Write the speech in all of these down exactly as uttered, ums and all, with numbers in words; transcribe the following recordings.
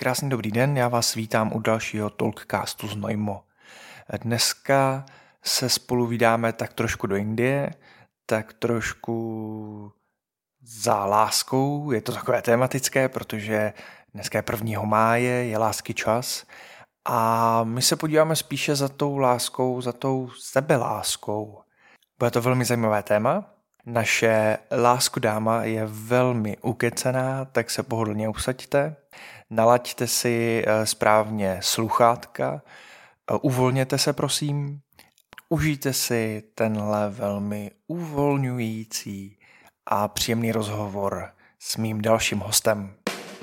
krásný dobrý den, já vás vítám u dalšího Talkcastu z Nojmo. Dneska se spolu vydáme tak trošku do Indie, tak trošku za láskou, je to takové tematické, protože dneska je prvního máje, je lásky čas a my se podíváme spíše za tou láskou, za tou sebeláskou. Bude to velmi zajímavé téma. Naše láskodáma je velmi ukecená, tak se pohodlně usaďte, nalaďte si správně sluchátka, uvolněte se prosím, užijte si tenhle velmi uvolňující a příjemný rozhovor s mým dalším hostem.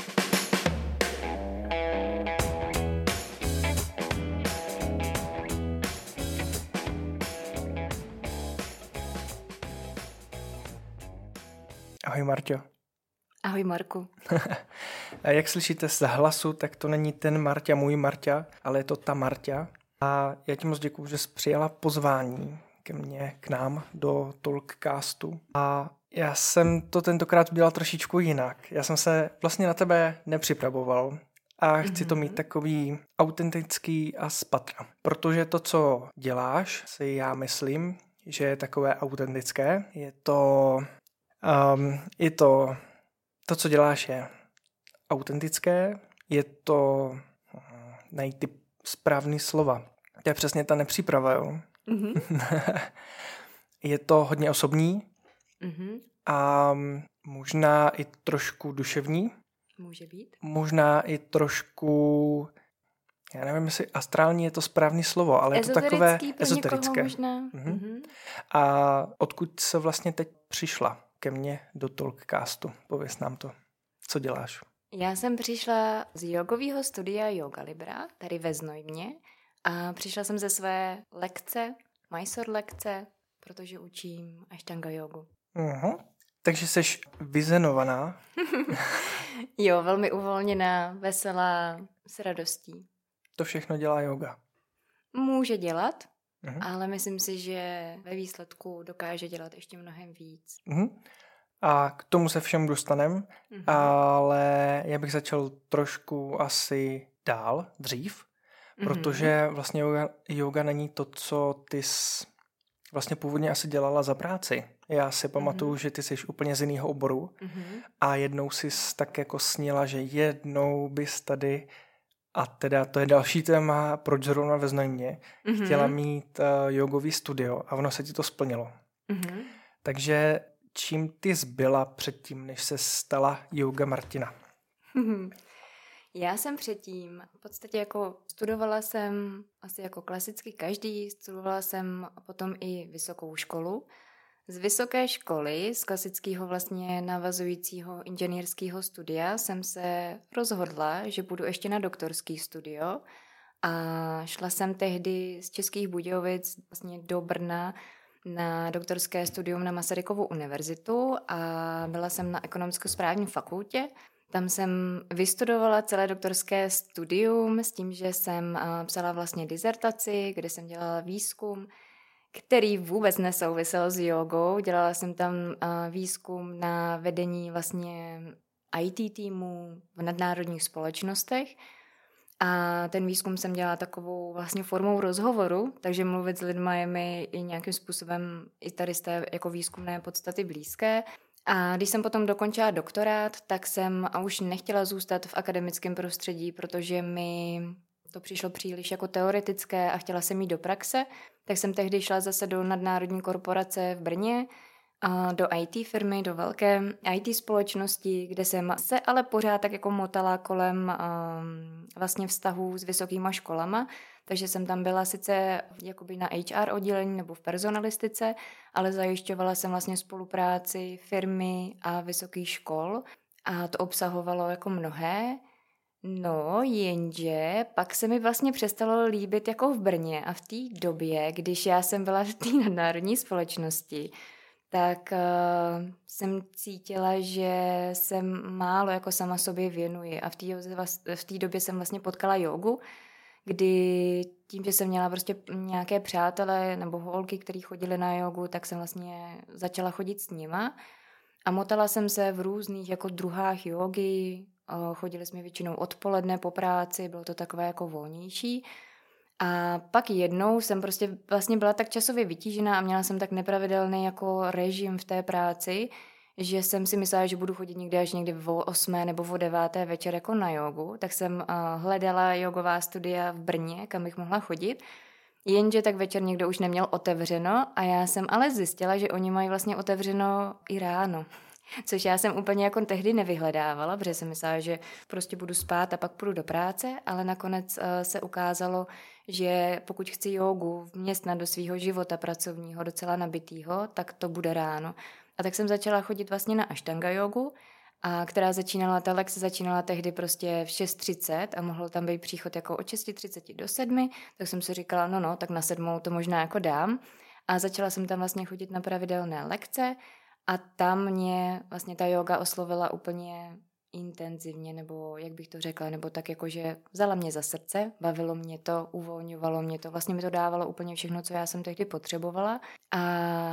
Ahoj Marťo. Ahoj Marku. Jak slyšíte z hlasu, tak to není ten Marťa, můj Marťa, ale je to ta Marťa. A já ti moc děkuju, že jsi přijala pozvání ke mně, k nám do Talkcastu. A já jsem to tentokrát udělal trošičku jinak. Já jsem se vlastně na tebe nepřipravoval a chci mm-hmm. to mít takový autentický a z patra. Protože to, co děláš, si já myslím, že je takové autentické. Je to... Um, je to, to, co děláš, je autentické, je to, uh, najít ty správný slova. To je přesně ta nepříprava, jo. Mm-hmm. Je to hodně osobní mm-hmm. a možná i trošku duševní. Může být. Možná i trošku, já nevím, jestli astrální je to správný slovo, ale je to takové ezoterické. Možná. Mm-hmm. A odkud se vlastně teď přišla ke mně do Talkcastu? Pověz nám to. Co děláš? Já jsem přišla z jogového studia Yoga Libra, tady ve Znojmě, a přišla jsem ze své lekce, Mysore lekce, protože učím Ashtanga jogu. Uh-huh. Takže jsi vyzenovaná. Jo, velmi uvolněná, veselá, s radostí. To všechno dělá yoga. Může dělat, uh-huh. ale myslím si, že ve výsledku dokáže dělat ještě mnohem víc. Uh-huh. A k tomu se všem dostaneme, uh-huh. ale já bych začal trošku asi dál, dřív, uh-huh. protože vlastně yoga, yoga není to, co ty jsi vlastně původně asi dělala za práci. Já si pamatuju, uh-huh. že ty jsi úplně z jiného oboru uh-huh. a jednou jsi tak jako snila, že jednou bys tady... A teda to je další téma, proč zrovna ve Znojmě. Mm-hmm. Chtěla mít uh, jogový studio a ono se ti to splnilo. Mm-hmm. Takže čím ty zbyla předtím, než se stala Yoga Martina? Mm-hmm. Já jsem předtím, v podstatě jako studovala jsem asi jako klasicky každý, studovala jsem potom i vysokou školu. Z vysoké školy, z klasického vlastně navazujícího inženýrského studia jsem se rozhodla, že budu ještě na doktorský studio a šla jsem tehdy z Českých Budějovic vlastně do Brna na doktorské studium na Masarykovu univerzitu a byla jsem na ekonomicko-správní fakultě. Tam jsem vystudovala celé doktorské studium s tím, že jsem psala vlastně dizertaci, kde jsem dělala výzkum, který vůbec nesouvisel s jogou. Dělala jsem tam uh, výzkum na vedení vlastně í té týmu v nadnárodních společnostech a ten výzkum jsem dělala takovou vlastně formou rozhovoru, takže mluvit s lidma je mi i nějakým způsobem i tady z té jako výzkumné podstaty blízké. A když jsem potom dokončila doktorát, tak jsem a už nechtěla zůstat v akademickém prostředí, protože mi to přišlo příliš jako teoretické a chtěla jsem jít do praxe, tak jsem tehdy šla zase do nadnárodní korporace v Brně, a do í té firmy, do velké í té společnosti, kde jsem se ale pořád tak jako motala kolem um, vlastně vztahů s vysokýma školama, takže jsem tam byla sice jakoby na há er oddělení nebo v personalistice, ale zajišťovala jsem vlastně spolupráci firmy a vysokých škol a to obsahovalo jako mnohé. No, jenže pak se mi vlastně přestalo líbit jako v Brně a v té době, když já jsem byla v té nadnárodní společnosti, tak uh, jsem cítila, že jsem málo jako sama sobě věnuji a v té v té době jsem vlastně potkala jogu, kdy tím, že jsem měla prostě nějaké přátelé nebo holky, které chodily na jogu, tak jsem vlastně začala chodit s nima a motala jsem se v různých jako druhách jogy, chodili jsme většinou odpoledne po práci, bylo to takové jako volnější. A pak jednou jsem prostě vlastně byla tak časově vytížená a měla jsem tak nepravidelný jako režim v té práci, že jsem si myslela, že budu chodit někde až někdy o osmé nebo o deváté večer jako na jogu, tak jsem uh, hledala jogová studia v Brně, kam bych mohla chodit, jenže tak večer někdo už neměl otevřeno a já jsem ale zjistila, že oni mají vlastně otevřeno i ráno. Což já jsem úplně jako tehdy nevyhledávala, protože jsem myslela, že prostě budu spát a pak půjdu do práce, ale nakonec uh, se ukázalo, že pokud chci jógu vměstnat do svého života pracovního docela nabitýho, tak to bude ráno. A tak jsem začala chodit vlastně na Ashtanga jogu, a která začínala, ta lekce začínala tehdy prostě v šest třicet a mohl tam být příchod jako od šest třicet do sedmi, tak jsem si říkala, no no, tak na sedmou to možná jako dám. A začala jsem tam vlastně chodit na pravidelné lekce a tam mě vlastně ta yoga oslovila úplně intenzivně, nebo jak bych to řekla, nebo tak jako, že vzala mě za srdce, bavilo mě to, uvolňovalo mě to, vlastně mi to dávalo úplně všechno, co já jsem tehdy potřebovala a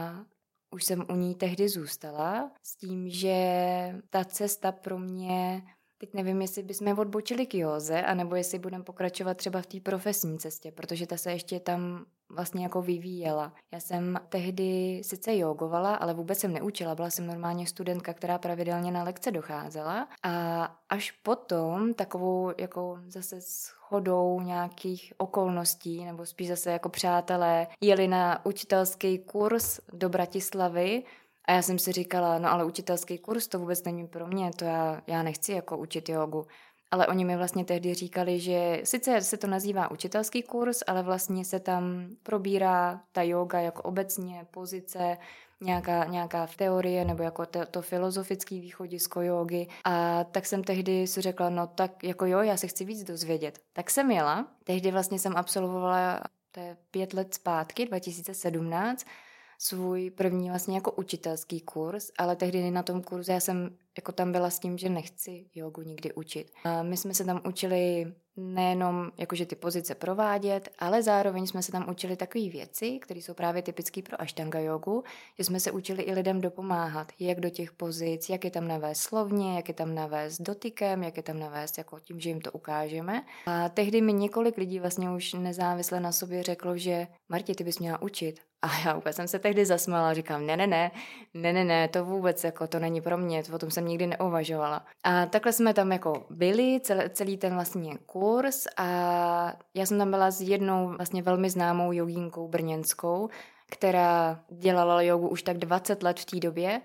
už jsem u ní tehdy zůstala s tím, že ta cesta pro mě, teď nevím, jestli bychom odbočili k józe, anebo jestli budeme pokračovat třeba v té profesní cestě, protože ta se ještě tam vlastně jako vyvíjela. Já jsem tehdy sice jogovala, ale vůbec jsem neučila, byla jsem normálně studentka, která pravidelně na lekce docházela a až potom takovou jako zase shodou nějakých okolností, nebo spíš zase jako přátelé, jeli na učitelský kurz do Bratislavy a já jsem si říkala, no ale učitelský kurz to vůbec není pro mě, to já, já nechci jako učit jogu. Ale oni mi vlastně tehdy říkali, že sice se to nazývá učitelský kurz, ale vlastně se tam probírá ta yoga jako obecně, pozice, nějaká, nějaká teorie nebo jako to, to filozofické východisko jógy. A tak jsem tehdy si řekla, no tak jako jo, já se chci víc dozvědět. Tak jsem jela, tehdy vlastně jsem absolvovala, to je pět let zpátky, dva tisíce sedmnáct, svůj první vlastně jako učitelský kurz, ale tehdy na tom kurzu já jsem jako tam byla s tím, že nechci jogu nikdy učit. A my jsme se tam učili nejenom jakože ty pozice provádět, ale zároveň jsme se tam učili takové věci, které jsou právě typické pro Ashtanga jogu, že jsme se učili i lidem dopomáhat, jak do těch pozic, jak je tam navést slovně, jak je tam navést dotykem, jak je tam navést jako tím, že jim to ukážeme. A tehdy mi několik lidí vlastně už nezávisle na sobě řeklo, že Marti, ty bys měla učit. A já úplně jsem se tehdy zasmála a říkám, ne, ne, ne, ne, ne, ne, to vůbec jako to není pro mě, o tom jsem nikdy neuvažovala. A takhle jsme tam jako byli, celý, celý ten vlastně kurz a já jsem tam byla s jednou vlastně velmi známou jogínkou brněnskou, která dělala jogu už tak dvacet let v té době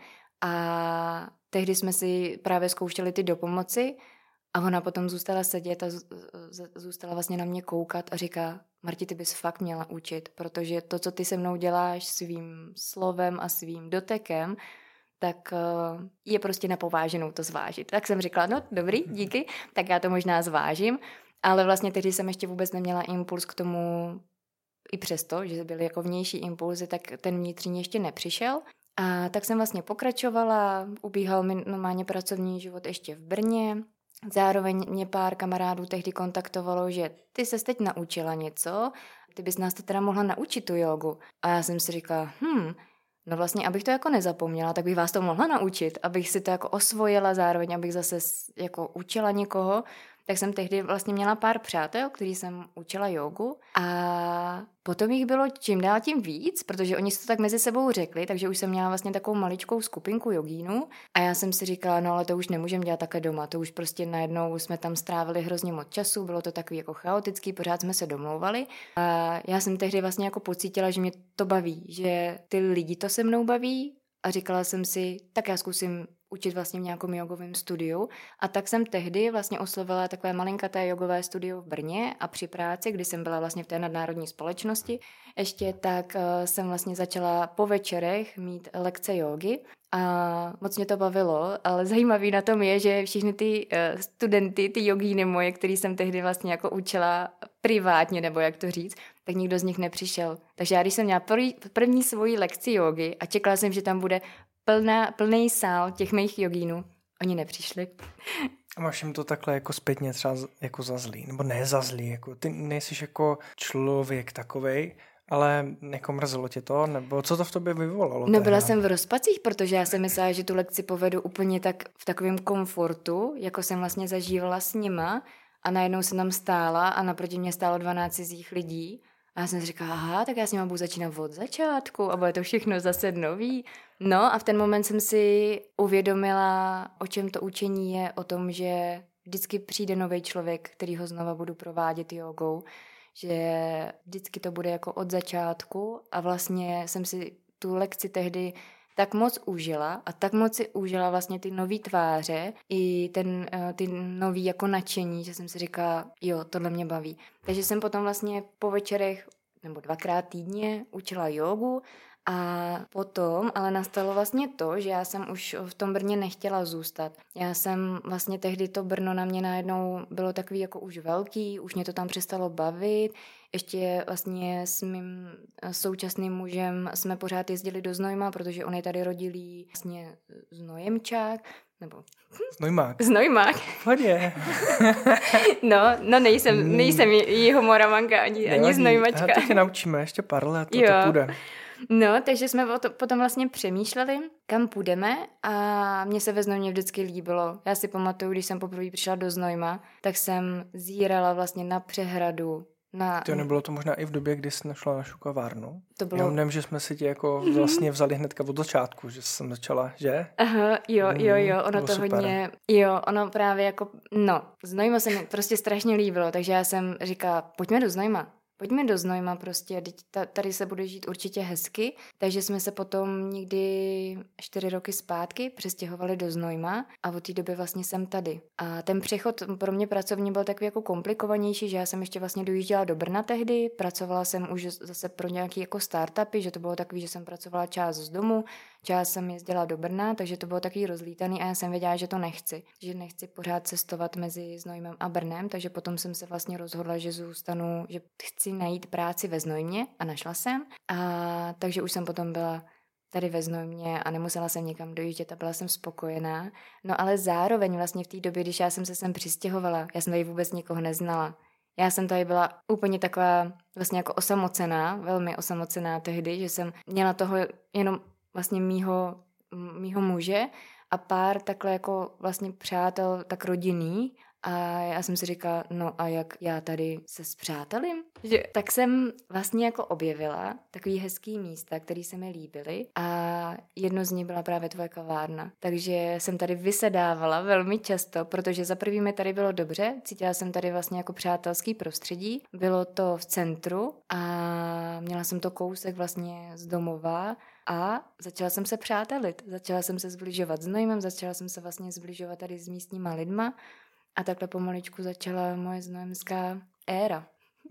a tehdy jsme si právě zkoušeli ty dopomoci a ona potom zůstala sedět a zůstala vlastně na mě koukat a říká, Marti, ty bys fakt měla učit, protože to, co ty se mnou děláš svým slovem a svým dotekem, tak je prostě na pováženou to zvážit. Tak jsem říkala, no dobrý, díky, tak já to možná zvážím, ale vlastně tehdy jsem ještě vůbec neměla impuls k tomu, i přesto, že byly jako vnější impulzy, tak ten vnitřní ještě nepřišel. A tak jsem vlastně pokračovala, ubíhal mi normálně pracovní život ještě v Brně. Zároveň mě pár kamarádů tehdy kontaktovalo, že ty ses teď naučila něco, ty bys nás to teda mohla naučit tu jogu. A já jsem si říkala, hm, no vlastně, abych to jako nezapomněla, tak bych vás to mohla naučit, abych si to jako osvojila zároveň, abych zase jako učila někoho. Tak jsem tehdy vlastně měla pár přátel, který jsem učila jogu a potom jich bylo čím dál tím víc, protože oni si to tak mezi sebou řekli, takže už jsem měla vlastně takovou maličkou skupinku jogínů a já jsem si říkala, no ale to už nemůžeme dělat takhle doma, to už prostě najednou jsme tam strávili hrozně moc času, bylo to takový jako chaotický, pořád jsme se domlouvali a já jsem tehdy vlastně jako pocítila, že mě to baví, že ty lidi to se mnou baví a říkala jsem si, tak já zkusím učit vlastně v nějakém jogovém studiu a tak jsem tehdy vlastně oslovila takové malinkaté jogové studio v Brně a při práci, kdy jsem byla vlastně v té nadnárodní společnosti, ještě tak uh, jsem vlastně začala po večerech mít lekce jógy a moc mě to bavilo, ale zajímavý na tom je, že všichni ty uh, studenty, ty jogíny moje, který jsem tehdy vlastně jako učila privátně, nebo jak to říct, tak nikdo z nich nepřišel. Takže já když jsem měla první, první svoji lekci jógy a čekala jsem, že tam bude plná, plný sál těch mých jogínů, oni nepřišli. A máš jim to takhle jako zpětně třeba jako za zlý, nebo ne za zlý, jako ty nejsi jako člověk takovej, Ale jako mrzelo tě to, nebo co to v tobě vyvolalo? No byla jsem v rozpacích, protože já jsem myslela, že tu lekci povedu úplně tak v takovém komfortu, jako jsem vlastně zažívala s nima a najednou jsem tam stála a naproti mě stálo dvanáct cizích lidí a já jsem si říkala, aha, tak já s nima budu začínat od začátku a bude to všechno zase nový. No a v ten moment jsem si uvědomila, o čem to učení je, o tom, že vždycky přijde nový člověk, který ho znova budu provádět jogou, že vždycky to bude jako od začátku a vlastně jsem si tu lekci tehdy tak moc užila a tak moc si užila vlastně ty nový tváře i ten, ty nový jako nadšení, že jsem si říkala, jo, tohle mě baví. Takže jsem potom vlastně po večerech nebo dvakrát týdně učila jogu a potom ale nastalo vlastně to, že já jsem už v tom Brně nechtěla zůstat. Já jsem vlastně tehdy to Brno na mě najednou bylo takový jako už velký, už mě to tam přestalo bavit. Ještě vlastně s mým současným mužem jsme pořád jezdili do Znojma, protože on je tady rodilý vlastně Znojemčák, nebo... Znojmák. Znojmák. Hodně. no, no nejsem, nejsem jeho Moravanka ani, ani Znojmačka. A taky naučíme ještě pár let, to, to půjde. No, takže jsme potom vlastně přemýšleli, kam půjdeme a mně se ve Znojmě vždycky líbilo. Já si pamatuju, když jsem poprvé přišla do Znojma, tak jsem zírala vlastně na přehradu. Na... To nebylo to možná i v době, kdy jsi našla našu kavárnu? To bylo... Já nevím, že jsme si tě jako vlastně vzali hnedka od začátku, že jsem začala, že? Aha, jo, jo, jo, ono to, to super. hodně, jo, ono právě jako, no, Znojmo se mi prostě strašně líbilo, takže já jsem říkala, pojďme do Znojma. Pojďme do Znojma prostě, tady se bude žít určitě hezky, takže jsme se potom někdy čtyři roky zpátky přestěhovali do Znojma a od té doby vlastně jsem tady. A ten přechod pro mě pracovní byl takový jako komplikovanější, že já jsem ještě vlastně dojížděla do Brna tehdy, pracovala jsem už zase pro nějaký jako startupy, že to bylo takový, že jsem pracovala část z domu, část jsem jezdila do Brna, takže to bylo takový rozlítaný a já jsem věděla, že to nechci, že nechci pořád cestovat mezi Znojmem a Brnem, takže potom jsem se vlastně rozhodla, že zůstanu, že chci najít práci ve Znojmě a našla jsem. A takže už jsem potom byla tady ve Znojmě a nemusela jsem někam dojíždět a byla jsem spokojená. No ale zároveň vlastně v té době, když já jsem se sem přistěhovala, já jsem tady vůbec nikoho neznala. Já jsem tady byla úplně taková vlastně jako osamocená, velmi osamocená tehdy, že jsem měla toho jenom vlastně mýho, mýho muže a pár takhle jako vlastně přátel tak rodinný. A já jsem si říkala, no a jak já tady se spřátelím? Že, tak jsem vlastně jako objevila takový hezký místa, který se mi líbily a jedno z nich byla právě tvoje kavárna. Takže jsem tady vysedávala velmi často, protože za prvý mi tady bylo dobře, cítila jsem tady vlastně jako přátelský prostředí. Bylo to v centru a měla jsem to kousek vlastně z domova a začala jsem se přátelit. Začala jsem se zbližovat s Znojmem, začala jsem se vlastně zbližovat tady s místníma lidma. A takhle pomaličku začala moje znojemská éra.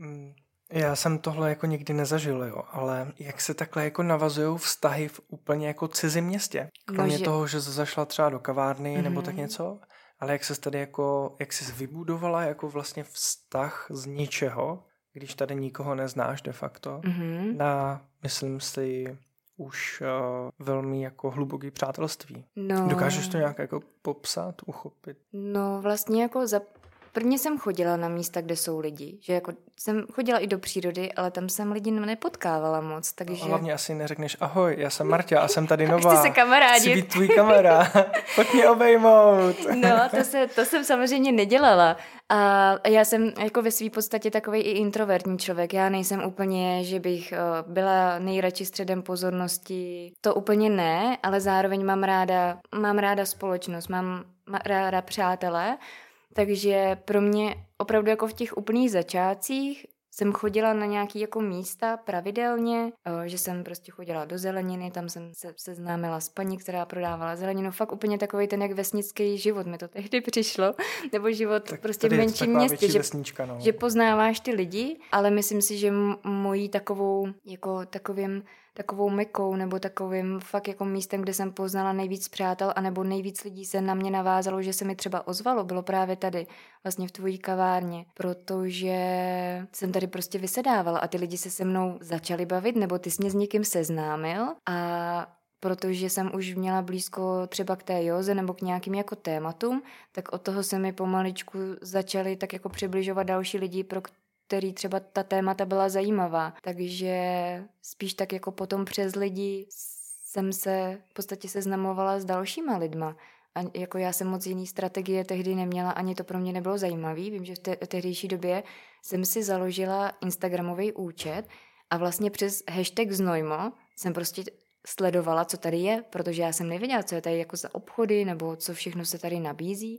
Já jsem tohle jako nikdy nezažil, jo, ale jak se takhle jako navazujou vztahy v úplně jako cizím městě? Kromě no, že... toho, že jsi zašla třeba do kavárny mm-hmm. nebo tak něco, ale jak se tady jako, jak jsi vybudovala jako vlastně vztah z ničeho, když tady nikoho neznáš de facto, mm-hmm. na, myslím si, už uh, velmi jako hluboký přátelství. No. Dokážeš to nějak jako popsat, uchopit? No vlastně jako za... Prvně jsem chodila na místa, kde jsou lidi. Že jako jsem chodila i do přírody, ale tam jsem lidi nepotkávala moc, takže... No, hlavně asi neřekneš ahoj, já jsem Marta a jsem tady nová. Chci se kamarádit. Chci být tvůj kamarád. Pojď mě obejmout. No, to, se, to jsem samozřejmě nedělala. A já jsem jako ve své podstatě takovej i introvertní člověk. Já nejsem úplně, že bych byla nejradši středem pozornosti. To úplně ne, ale zároveň mám ráda, mám ráda společnost, mám ráda přátelé. Takže pro mě opravdu jako v těch úplných začátcích jsem chodila na nějaké jako místa pravidelně, že jsem prostě chodila do zeleniny, tam jsem se seznámila s paní, která prodávala zeleninu. Fakt úplně takový ten jak vesnický život mi to tehdy přišlo, nebo život tak prostě v menším městě, že, vesnička, no. že poznáváš ty lidi, ale myslím si, že mojí takovou, jako takovým takovou mekou nebo takovým fakt jako místem, kde jsem poznala nejvíc přátel anebo nejvíc lidí se na mě navázalo, že se mi třeba ozvalo, bylo právě tady, vlastně v tvojí kavárně, protože jsem tady prostě vysedávala a ty lidi se se mnou začali bavit, nebo ty jsi mě s někým seznámil a protože jsem už měla blízko třeba k té józe nebo k nějakým jako tématům, tak od toho se mi pomaličku začaly tak jako přibližovat další lidi, pro který třeba ta témata byla zajímavá. Takže spíš tak jako potom přes lidi jsem se v podstatě seznamovala s dalšíma lidma. A jako já jsem moc jiný strategie tehdy neměla, ani to pro mě nebylo zajímavý. Vím, že v té tehdejší době jsem si založila instagramový účet a vlastně přes hashtag Znojmo jsem prostě sledovala, co tady je, protože já jsem nevěděla, co je tady jako za obchody nebo co všechno se tady nabízí.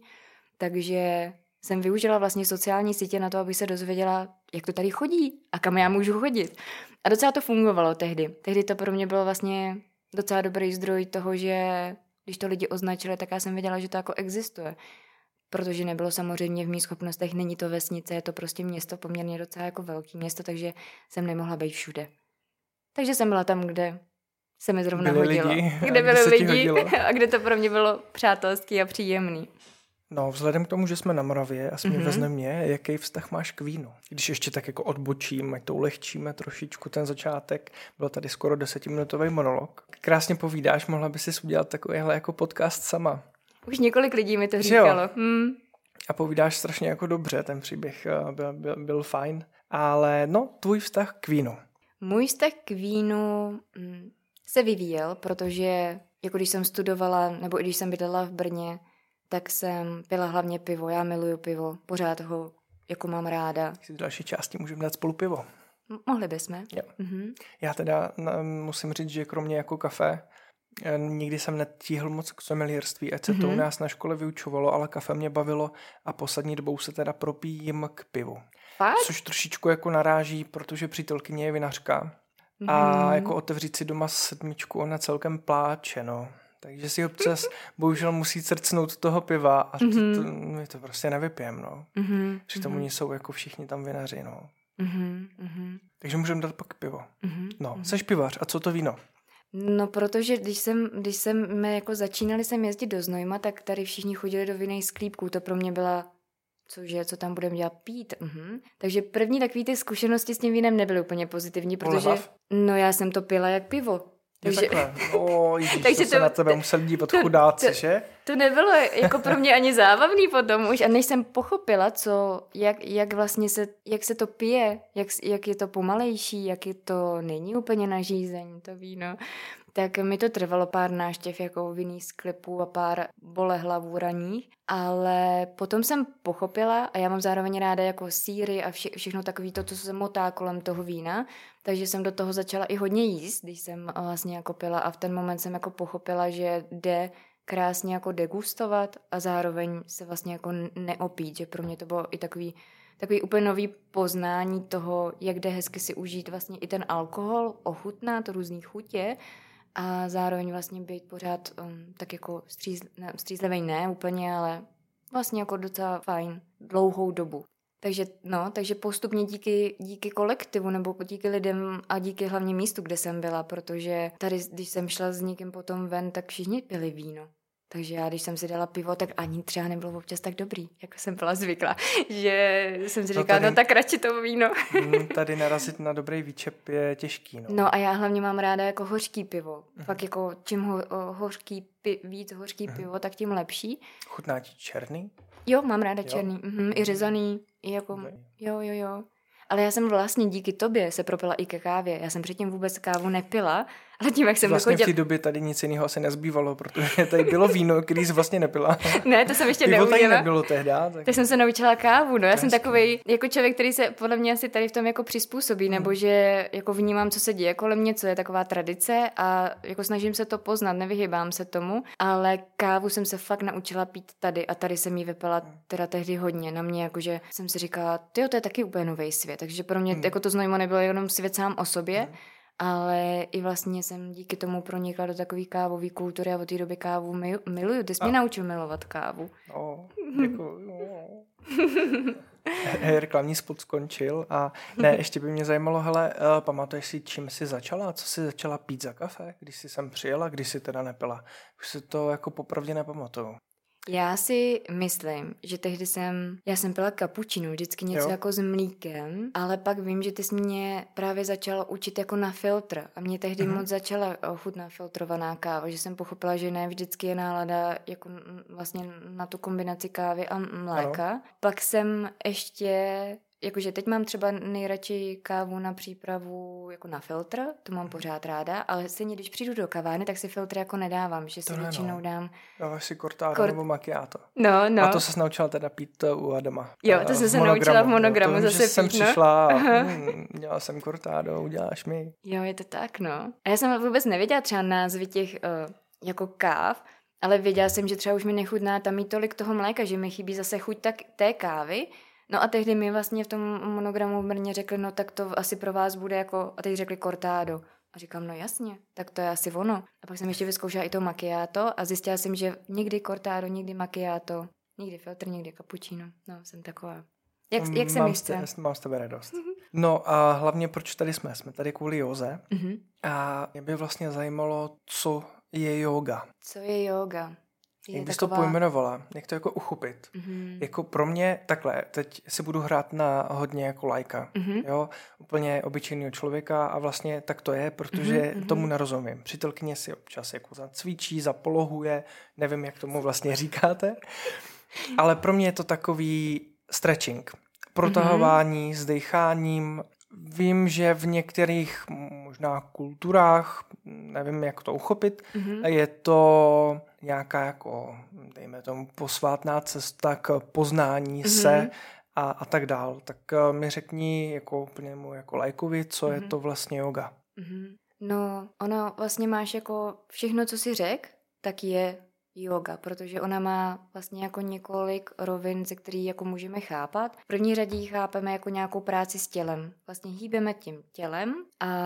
Takže jsem využila vlastně sociální sítě na to, aby se dozvěděla, jak to tady chodí a kam já můžu chodit. A docela to fungovalo tehdy. Tehdy to pro mě bylo vlastně docela dobrý zdroj toho, že když to lidi označili, tak já jsem věděla, že to jako existuje. Protože nebylo samozřejmě v mých schopnostech, není to vesnice, je to prostě město, poměrně docela jako velký město, takže jsem nemohla být všude. Takže jsem byla tam, kde se mi zrovna byli hodilo. Lidi, kde byli lidi hodilo. A kde to pro mě bylo přátelský a příjemný. No, vzhledem k tomu, že jsme na Moravě a jsme Mhm. ve Znojmě, jaký vztah máš k vínu? Když ještě tak jako odbočím, ať to ulehčíme trošičku ten začátek, byl tady skoro desetiminutový monolog. Krásně povídáš, mohla by si udělat takovýhle jako podcast sama. Už několik lidí mi to Že jo? říkalo. Hmm. A povídáš strašně jako dobře, ten příběh eh, byl, byl, byl fajn. Ale no, tvůj vztah k vínu. Můj vztah k vínu mm, se vyvíjel, protože jako když jsem studovala, nebo i když jsem bydlela v Brně, tak jsem pila hlavně pivo. Já miluju pivo, pořád ho jako mám ráda. V další části můžeme dát spolu pivo. M- mohli bychom. Jo. Mhm. Já teda na, musím říct, že kromě jako kafe, eh, nikdy jsem netíhl moc k sommelierství, ať se mm-hmm. to u nás na škole vyučovalo, ale kafe mě bavilo a poslední dobou se teda propijím k pivu. Fakt? Což trošičku jako naráží, protože přítelkyně je vinařka a jako otevřít si doma sedmičku, ona celkem pláče, no. Takže si občas bohužel musí crcnout toho piva a to, Mhm. to, my to prostě nevypijem, no. Mhm. Přitom oni jsou jako všichni tam vinaři, no. Mhm. Mhm. Takže můžeme dát pak pivo. Mhm. No, seš pivař, a co to víno? No, protože když jsem, když jsme jako začínali sem jezdit do Znojma, tak tady všichni chodili do vinných sklípků. To pro mě byla, cože, co tam budeme dělat, pít. Mhm. Takže první takový ty zkušenosti s tím vínem nebyly úplně pozitivní, protože Polhav? no já jsem to pila jak pivo. Takže... Takže O, ježíš, Takže to se to- na tebe to- museli dívat to- chudáci, to- že? to nebylo jako pro mě ani zábavný potom už. A než jsem pochopila, co, jak, jak vlastně se, jak se to pije, jak, jak je to pomalejší, jak je to není úplně na žízeň, to víno, tak mi to trvalo pár náštěv jako vinných sklepů a pár bolehlavů raních, ale potom jsem pochopila, a já mám zároveň ráda jako sýry a vše, všechno takový to, co se motá kolem toho vína, takže jsem do toho začala i hodně jíst, když jsem vlastně jako pila a v ten moment jsem jako pochopila, že jde krásně jako degustovat a zároveň se vlastně jako neopít, že pro mě to bylo i takový, takový úplně nový poznání toho, jak jde hezky si užít vlastně i ten alkohol, ochutnat různý chutě a zároveň vlastně být pořád um, tak jako stříz, ne, střízlivý ne úplně, ale vlastně jako docela fajn dlouhou dobu. Takže no, takže postupně díky, díky kolektivu nebo díky lidem a díky hlavně místu, kde jsem byla, protože tady, když jsem šla s někým potom ven, tak všichni pili víno. Takže já, když jsem si dala pivo, tak ani třeba nebylo občas tak dobrý, jako jsem byla zvyklá. Že jsem si No říkala, tady- no tak radši to víno. Mm, Tady narazit na dobrý výčep je těžký, no. No a já hlavně mám ráda jako hořký pivo. Fakt jako čím ho, o, hořký pi, víc hořký pivo, tak tím lepší. Chutná ti černý? Jo, mám ráda Jo. černý. Mhm, i řezaný, i jako, Ok. jo, jo, jo. Ale já jsem vlastně díky tobě se propila i ke kávě. Já jsem předtím vůbec kávu nepila, ale tím, jak jsem Vlastně v dochodila... té době tady nic jiného asi nezbývalo, protože tady bylo víno, který jsi vlastně nepila. Ne, to jsem ještě Pivo tady neuměla. nebylo tehda, tak... Tak jsem se naučila kávu, no já jsem Hezký. takovej jako člověk, který se podle mě asi tady v tom jako přizpůsobí, nebo že jako vnímám, co se děje kolem mě, co je taková tradice a jako snažím se to poznat, nevyhybám se tomu, ale kávu jsem se fakt naučila pít tady a tady jsem jí vypila teda tehdy hodně na mě, jakože jsem si říkala, tyjo, to je taky úplně nový svět, takže pro mě jako to Znojmo nebylo jenom svět sám o sobě, ale i vlastně jsem díky tomu pronikla do takové kávové kultury a od té doby kávu mil- miluju. Ty jsi mě naučil milovat kávu. No, děkuju. No. Reklamní spot skončil a ne, ještě by mě zajímalo, hele, uh, pamatuješ si, čím jsi začala? Co jsi začala pít za kafe, když jsi sem přijela, když jsi teda nepila? Už si to jako popravdě nepamatuju. Já si myslím, že tehdy jsem, já jsem pila kapučinu, vždycky něco Jo. jako s mlíkem, ale pak vím, že ty jsi mě právě začala učit jako na filtr a mě tehdy Mhm. moc začala ochutná filtrovaná káva, že jsem pochopila, že ne vždycky je nálada jako m- vlastně na tu kombinaci kávy a mléka. Pak jsem ještě jakože teď mám třeba nejradši kávu na přípravu jako na filtr, to mám pořád ráda, ale stejně, když přijdu do kavárny, tak si filtr jako nedávám, že si to většinou no. dám... Dáváš si cortado Kort... nebo macchiato. No, no. A to se naučila teda pít u Adama. Jo, to jsem se naučila v monogramu jo, to vím, zase že jsem pít, no. přišla a hm, dělala jsem cortado, uděláš mi. Jo, je to tak, no. A já jsem vůbec nevěděla třeba názvy těch uh, jako káv, ale věděla jsem, že třeba už mi nechutná tam mít tolik toho mléka, že mi chybí zase chuť tak té kávy. No a tehdy mi vlastně v tom monogramu v Brně řekli, no tak to asi pro vás bude jako, a teď řekli cortado. A říkám, no jasně, tak to je asi ono. A pak jsem ještě vyzkoušela i to macchiato a zjistila jsem, že někdy cortado, někdy macchiato, někdy filtr, někdy cappuccino. No, jsem taková. Jak, jak se mám mi chce? Jste, mám z tebe radost. No a hlavně proč tady jsme? Jsme tady kvůli józe. Mm-hmm. A mě by vlastně zajímalo, co je jóga. Co je jóga? Je jak bys taková... to pojmenovala? Jak to jako uchopit? Mm-hmm. Jako pro mě takhle, teď si budu hrát na hodně jako lajka, mm-hmm. jo, úplně obyčejného člověka a vlastně tak to je, protože mm-hmm. tomu nerozumím. Přítelkyně si občas jako zacvičí, zapolohuje, nevím, jak tomu vlastně říkáte, ale pro mě je to takový stretching, protahování mm-hmm. s dýcháním. Vím, že v některých možná kulturách, nevím, jak to uchopit, mm-hmm. je to nějaká jako, dejme tomu, posvátná cesta k poznání mm-hmm. se a, a tak dál. Tak mi řekni jako úplně mu jako lajkovi, co mm-hmm. je to vlastně yoga. Mm-hmm. No, ono vlastně máš jako všechno, co si řek, tak je yoga, protože ona má vlastně jako několik rovin, ze kterých jako můžeme chápat. V první řadě ji chápeme jako nějakou práci s tělem. Vlastně hýbeme tím tělem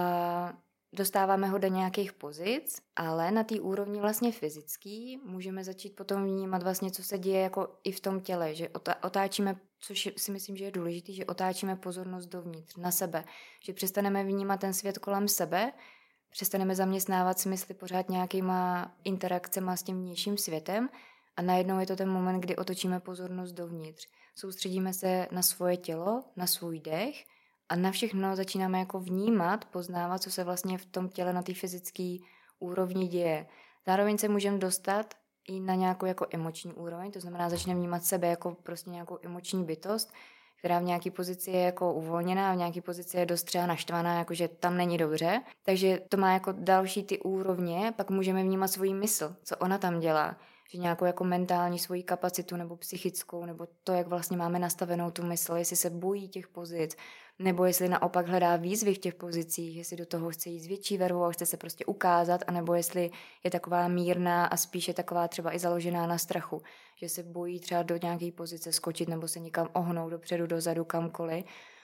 a dostáváme ho do nějakých pozic, ale na té úrovni vlastně fyzický můžeme začít potom vnímat vlastně, co se děje jako i v tom těle, že otáčíme, což si myslím, že je důležité, že otáčíme pozornost dovnitř, na sebe, že přestaneme vnímat ten svět kolem sebe, přestaneme zaměstnávat smysly pořád nějakýma interakcema s tím vnějším světem a najednou je to ten moment, kdy otočíme pozornost dovnitř. Soustředíme se na svoje tělo, na svůj dech a na všechno začínáme jako vnímat, poznávat, co se vlastně v tom těle na té fyzické úrovni děje. Zároveň se můžeme dostat i na nějakou jako emoční úroveň, to znamená, začneme vnímat sebe jako prostě nějakou emoční bytost, která v nějaké pozici je jako uvolněná a v nějaké pozici je dost třeba naštvaná, jakože tam není dobře. Takže to má jako další ty úrovně, pak můžeme vnímat svoji mysl, co ona tam dělá. Že nějakou jako mentální svoji kapacitu nebo psychickou, nebo to, jak vlastně máme nastavenou tu mysl, jestli se bojí těch pozic, nebo jestli naopak hledá výzvy v těch pozicích, jestli do toho chce jít s větší vervou a chce se prostě ukázat, anebo jestli je taková mírná a spíše taková třeba i založená na strachu, že se bojí třeba do nějaké pozice skočit nebo se někam ohnout dopředu, dozadu, kamkoliv.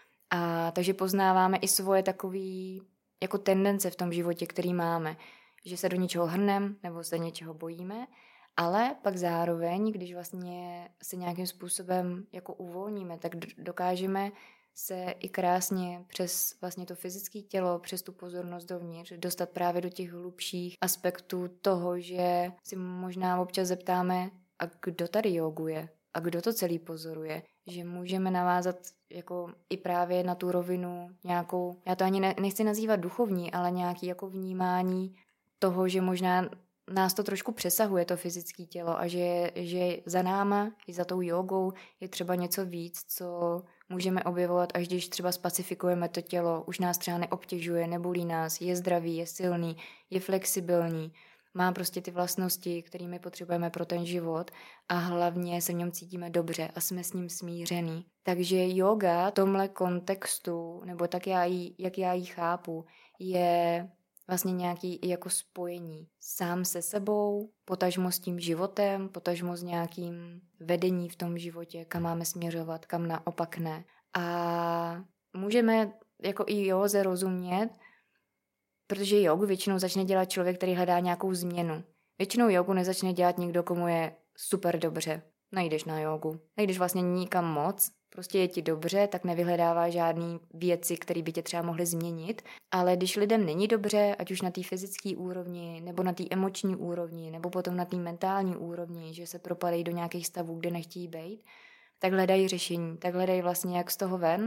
A takže poznáváme i svoje takové jako tendence v tom životě, který máme, že se do něčeho hrnem nebo se něčeho bojíme. Ale pak zároveň, když vlastně se nějakým způsobem jako uvolníme, tak dokážeme se i krásně přes vlastně to fyzické tělo, přes tu pozornost dovnitř, dostat právě do těch hlubších aspektů toho, že si možná občas zeptáme, a kdo tady joguje, a kdo to celý pozoruje, že můžeme navázat jako i právě na tu rovinu nějakou, já to ani ne, nechci nazývat duchovní, ale nějaký jako vnímání toho, že možná nás to trošku přesahuje, to fyzické tělo a že, že za náma i za tou jogou je třeba něco víc, co můžeme objevovat, až když třeba spacifikujeme to tělo, už nás třeba neobtěžuje, nebolí nás, je zdravý, je silný, je flexibilní, má prostě ty vlastnosti, kterými potřebujeme pro ten život a hlavně se v něm cítíme dobře a jsme s ním smířený. Takže yoga v tomhle kontextu, nebo tak já jí, jak já ji chápu, je vlastně nějaký jako spojení sám se sebou, potažmo s tím životem, potažmo s nějakým vedení v tom životě, kam máme směřovat, kam naopak ne. A můžeme jako i józe rozumět, protože jogu většinou začne dělat člověk, který hledá nějakou změnu. Většinou jogu nezačne dělat někdo, komu je super dobře. Nejdeš na jogu, nejdeš vlastně nikam moc, prostě je ti dobře, tak nevyhledává žádný věci, které by tě třeba mohly změnit. Ale když lidem není dobře, ať už na té fyzické úrovni, nebo na té emoční úrovni, nebo potom na té mentální úrovni, že se propadají do nějakých stavů, kde nechtějí být, tak hledají řešení, tak hledají vlastně jak z toho ven.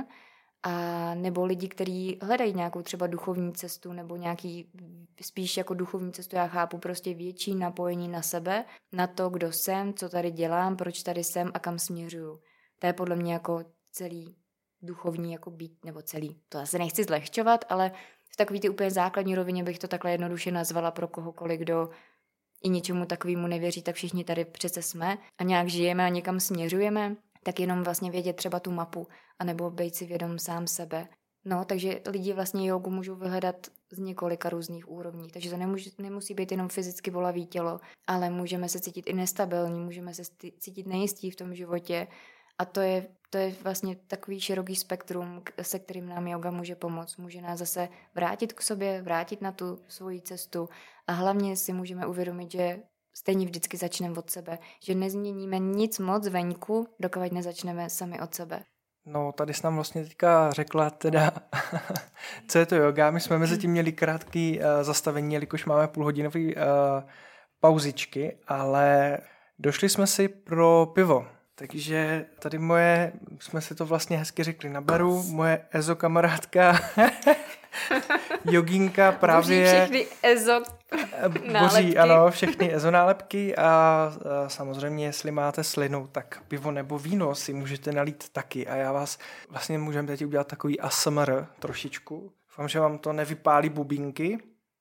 A nebo lidi, kteří hledají nějakou třeba duchovní cestu, nebo nějaký spíš jako duchovní cestu, já chápu prostě větší napojení na sebe, na to, kdo jsem, co tady dělám, proč tady jsem a kam směřuju. To je podle mě jako celý duchovní jako být, nebo celý. To asi nechci zlehčovat, ale v takový ty úplně základní rovině bych to takhle jednoduše nazvala pro kohokoliv, kdo i něčemu takovému nevěří, tak všichni tady přece jsme a nějak žijeme a někam směřujeme, tak jenom vlastně vědět třeba tu mapu, anebo být si vědom sám sebe. No, takže lidi vlastně jogu můžou vyhledat z několika různých úrovní, takže to nemusí, nemusí být jenom fyzicky bolavý tělo, ale můžeme se cítit i nestabilní, můžeme se cítit nejistí v tom životě a to je, to je vlastně takový široký spektrum, se kterým nám yoga může pomoct. Může nás zase vrátit k sobě, vrátit na tu svoji cestu a hlavně si můžeme uvědomit, že stejně vždycky začneme od sebe, že nezměníme nic moc venku, dokud nezačneme sami od sebe. No, tady jsi nám vlastně teďka řekla teda, co je to yoga. My jsme mezi tím měli krátký uh, zastavení, jelikož máme půlhodinový uh, pauzičky, ale došli jsme si pro pivo. Takže tady moje, jsme si to vlastně hezky řekli na baru, moje ezo kamarádka, jogínka právě... Boží všechny ezo nálepky. Boží, ano, všechny ezo nálepky a, a samozřejmě, jestli máte slinu, tak pivo nebo víno si můžete nalít taky a já vás vlastně můžeme teď udělat takový A S M R trošičku. Doufám, že vám to nevypálí bubínky.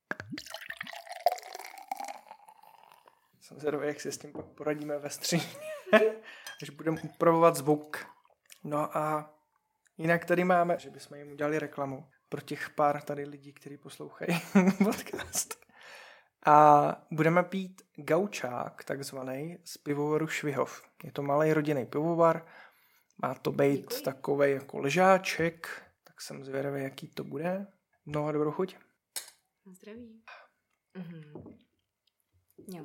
Jsem zvědavý, jak si s tím pak poradíme ve stříně. Až budeme upravovat zvuk. No a jinak tady máme, že bychom jim udělali reklamu pro těch pár tady lidí, kteří poslouchají podcast. A budeme pít gaučák, takzvaný, z pivovaru Švihov. Je to malý rodinný pivovar, má to být takovej jako ležáček, tak jsem zvědavý, jaký to bude. No a dobrou chuť. Zdraví. Mhm. Jo.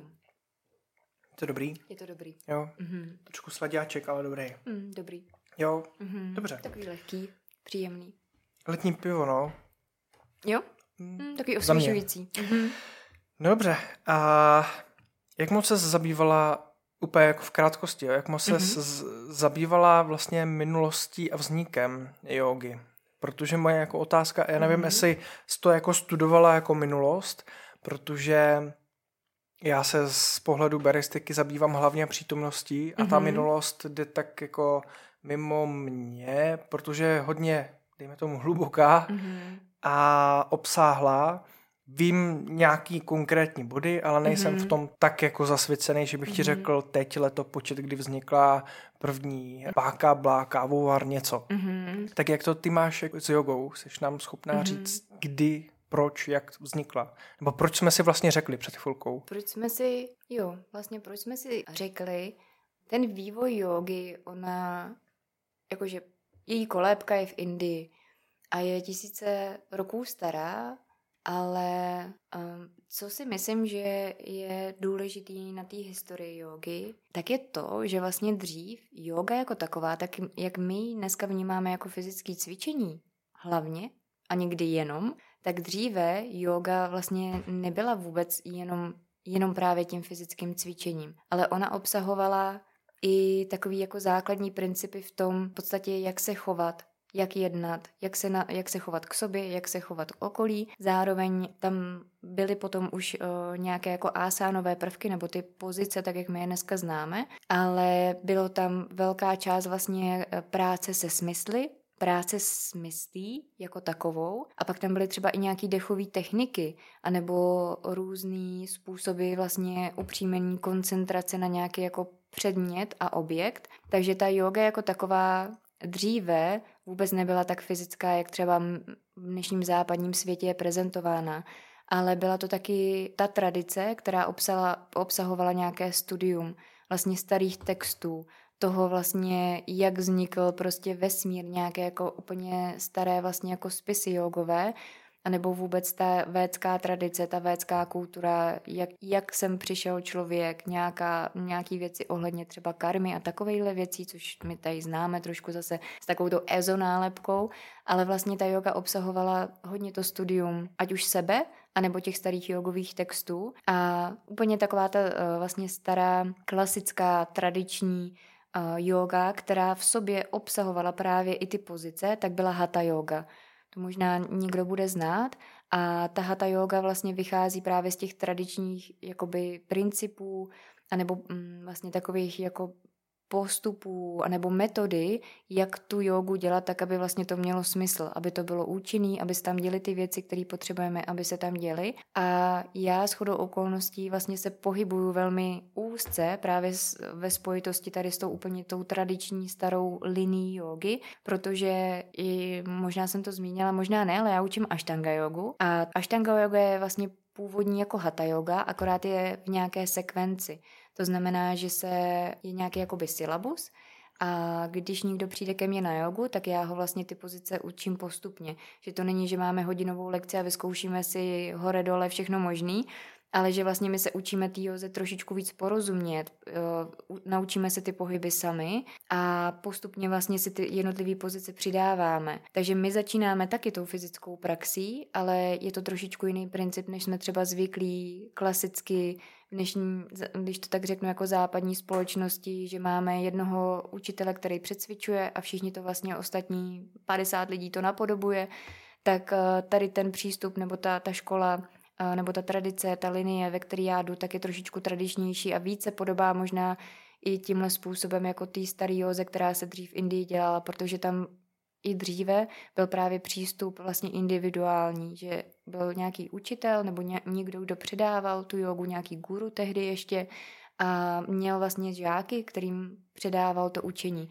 Je to dobrý? Je to dobrý. Jo, Mhm. trošku sladáček, ale dobrý. Mm, dobrý. Jo, Mhm. dobře. Takový lehký, příjemný. Letní pivo, no. Jo? Mm. Mm, takový Za mě. osvěžující. Mhm. No dobře. A jak moc se zabývala, úplně jako v krátkosti, jo, jak moc se Mhm. z- zabývala vlastně minulostí a vznikem jógy? Protože moje jako otázka, já nevím, Mhm. jestli jsi to jako studovala jako minulost, protože já se z pohledu baristiky zabývám hlavně přítomností a ta Mhm. minulost jde tak jako mimo mě, protože je hodně, dejme tomu, hluboká Mhm. a obsáhlá. Vím nějaký konkrétní body, ale nejsem Mhm. v tom tak jako zasvěcený, že bych ti Mhm. řekl teď letopočet, kdy vznikla první báka, blá, kávovar, něco. Mhm. Tak jak to ty máš jako s jogou? Jsi nám schopná Mhm. říct, kdy, proč, jak vznikla? Nebo proč jsme si vlastně řekli před chvilkou? Proč jsme si, jo, vlastně proč jsme si řekli, ten vývoj jógy, ona, jakože její kolébka je v Indii a je tisíce roků stará, ale um, co si myslím, že je důležitý na té historii jógy, tak je to, že vlastně dřív jóga jako taková, tak jak my ji dneska vnímáme jako fyzické cvičení hlavně a někdy jenom, tak dříve jóga vlastně nebyla vůbec jenom, jenom právě tím fyzickým cvičením, ale ona obsahovala i takový jako základní principy v tom v podstatě, jak se chovat, jak jednat, jak se, na, jak se chovat k sobě, jak se chovat k okolí. Zároveň tam byly potom už uh, nějaké jako asánové prvky nebo ty pozice, tak jak my je dneska známe, ale bylo tam velká část vlastně práce se smysly, práce s myslí jako takovou a pak tam byly třeba i nějaký dechové techniky anebo různý způsoby vlastně upřímení koncentrace na nějaký jako předmět a objekt. Takže ta yoga jako taková dříve vůbec nebyla tak fyzická, jak třeba v dnešním západním světě je prezentována, ale byla to taky ta tradice, která obsala, obsahovala nějaké studium vlastně starých textů, toho vlastně, jak vznikl prostě vesmír, nějaké jako úplně staré vlastně jako spisy jogové, anebo vůbec ta védská tradice, ta védská kultura, jak, jak sem přišel člověk, nějaká, nějaký věci ohledně třeba karmy a takovejhle věcí, což my tady známe trošku zase s takovou tou ezo nálepkou, ale vlastně ta yoga obsahovala hodně to studium, ať už sebe, anebo těch starých jogových textů a úplně taková ta vlastně stará, klasická, tradiční yoga, která v sobě obsahovala právě i ty pozice, tak byla hatha yoga. To možná někdo bude znát a ta hatha yoga vlastně vychází právě z těch tradičních jakoby principů anebo mm, vlastně takových jako postupů anebo metody, jak tu jogu dělat tak, aby vlastně to mělo smysl, aby to bylo účinný, aby se tam děly ty věci, které potřebujeme, aby se tam děly. A já shodou okolností vlastně se pohybuju velmi úzce právě ve spojitosti tady s tou úplně tou tradiční starou linií jógy, protože i možná jsem to zmínila, možná ne, ale já učím Ashtanga jogu a Ashtanga yoga je vlastně původní jako hatha yoga, akorát je v nějaké sekvenci. To znamená, že se je nějaký jakoby syllabus a když někdo přijde ke mně na jogu, tak já ho vlastně ty pozice učím postupně. Že to není, že máme hodinovou lekci a vyzkoušíme si hore dole všechno možný, ale že vlastně my se učíme té józe trošičku víc porozumět, naučíme se ty pohyby sami a postupně vlastně si ty jednotlivé pozice přidáváme. Takže my začínáme taky tou fyzickou praxí, ale je to trošičku jiný princip, než jsme třeba zvyklí klasicky v dnešní, když to tak řeknu, jako západní společnosti, že máme jednoho učitele, který předcvičuje a všichni to vlastně ostatní padesát lidí to napodobuje, tak tady ten přístup nebo ta, ta škola nebo ta tradice, ta linie, ve které já jdu, tak je trošičku tradičnější a více podobá možná i tímhle způsobem jako té staré józe, která se dřív v Indii dělala, protože tam i dříve byl právě přístup vlastně individuální, že byl nějaký učitel nebo někdo, kdo předával tu jogu, nějaký guru tehdy ještě a měl vlastně žáky, kterým předával to učení.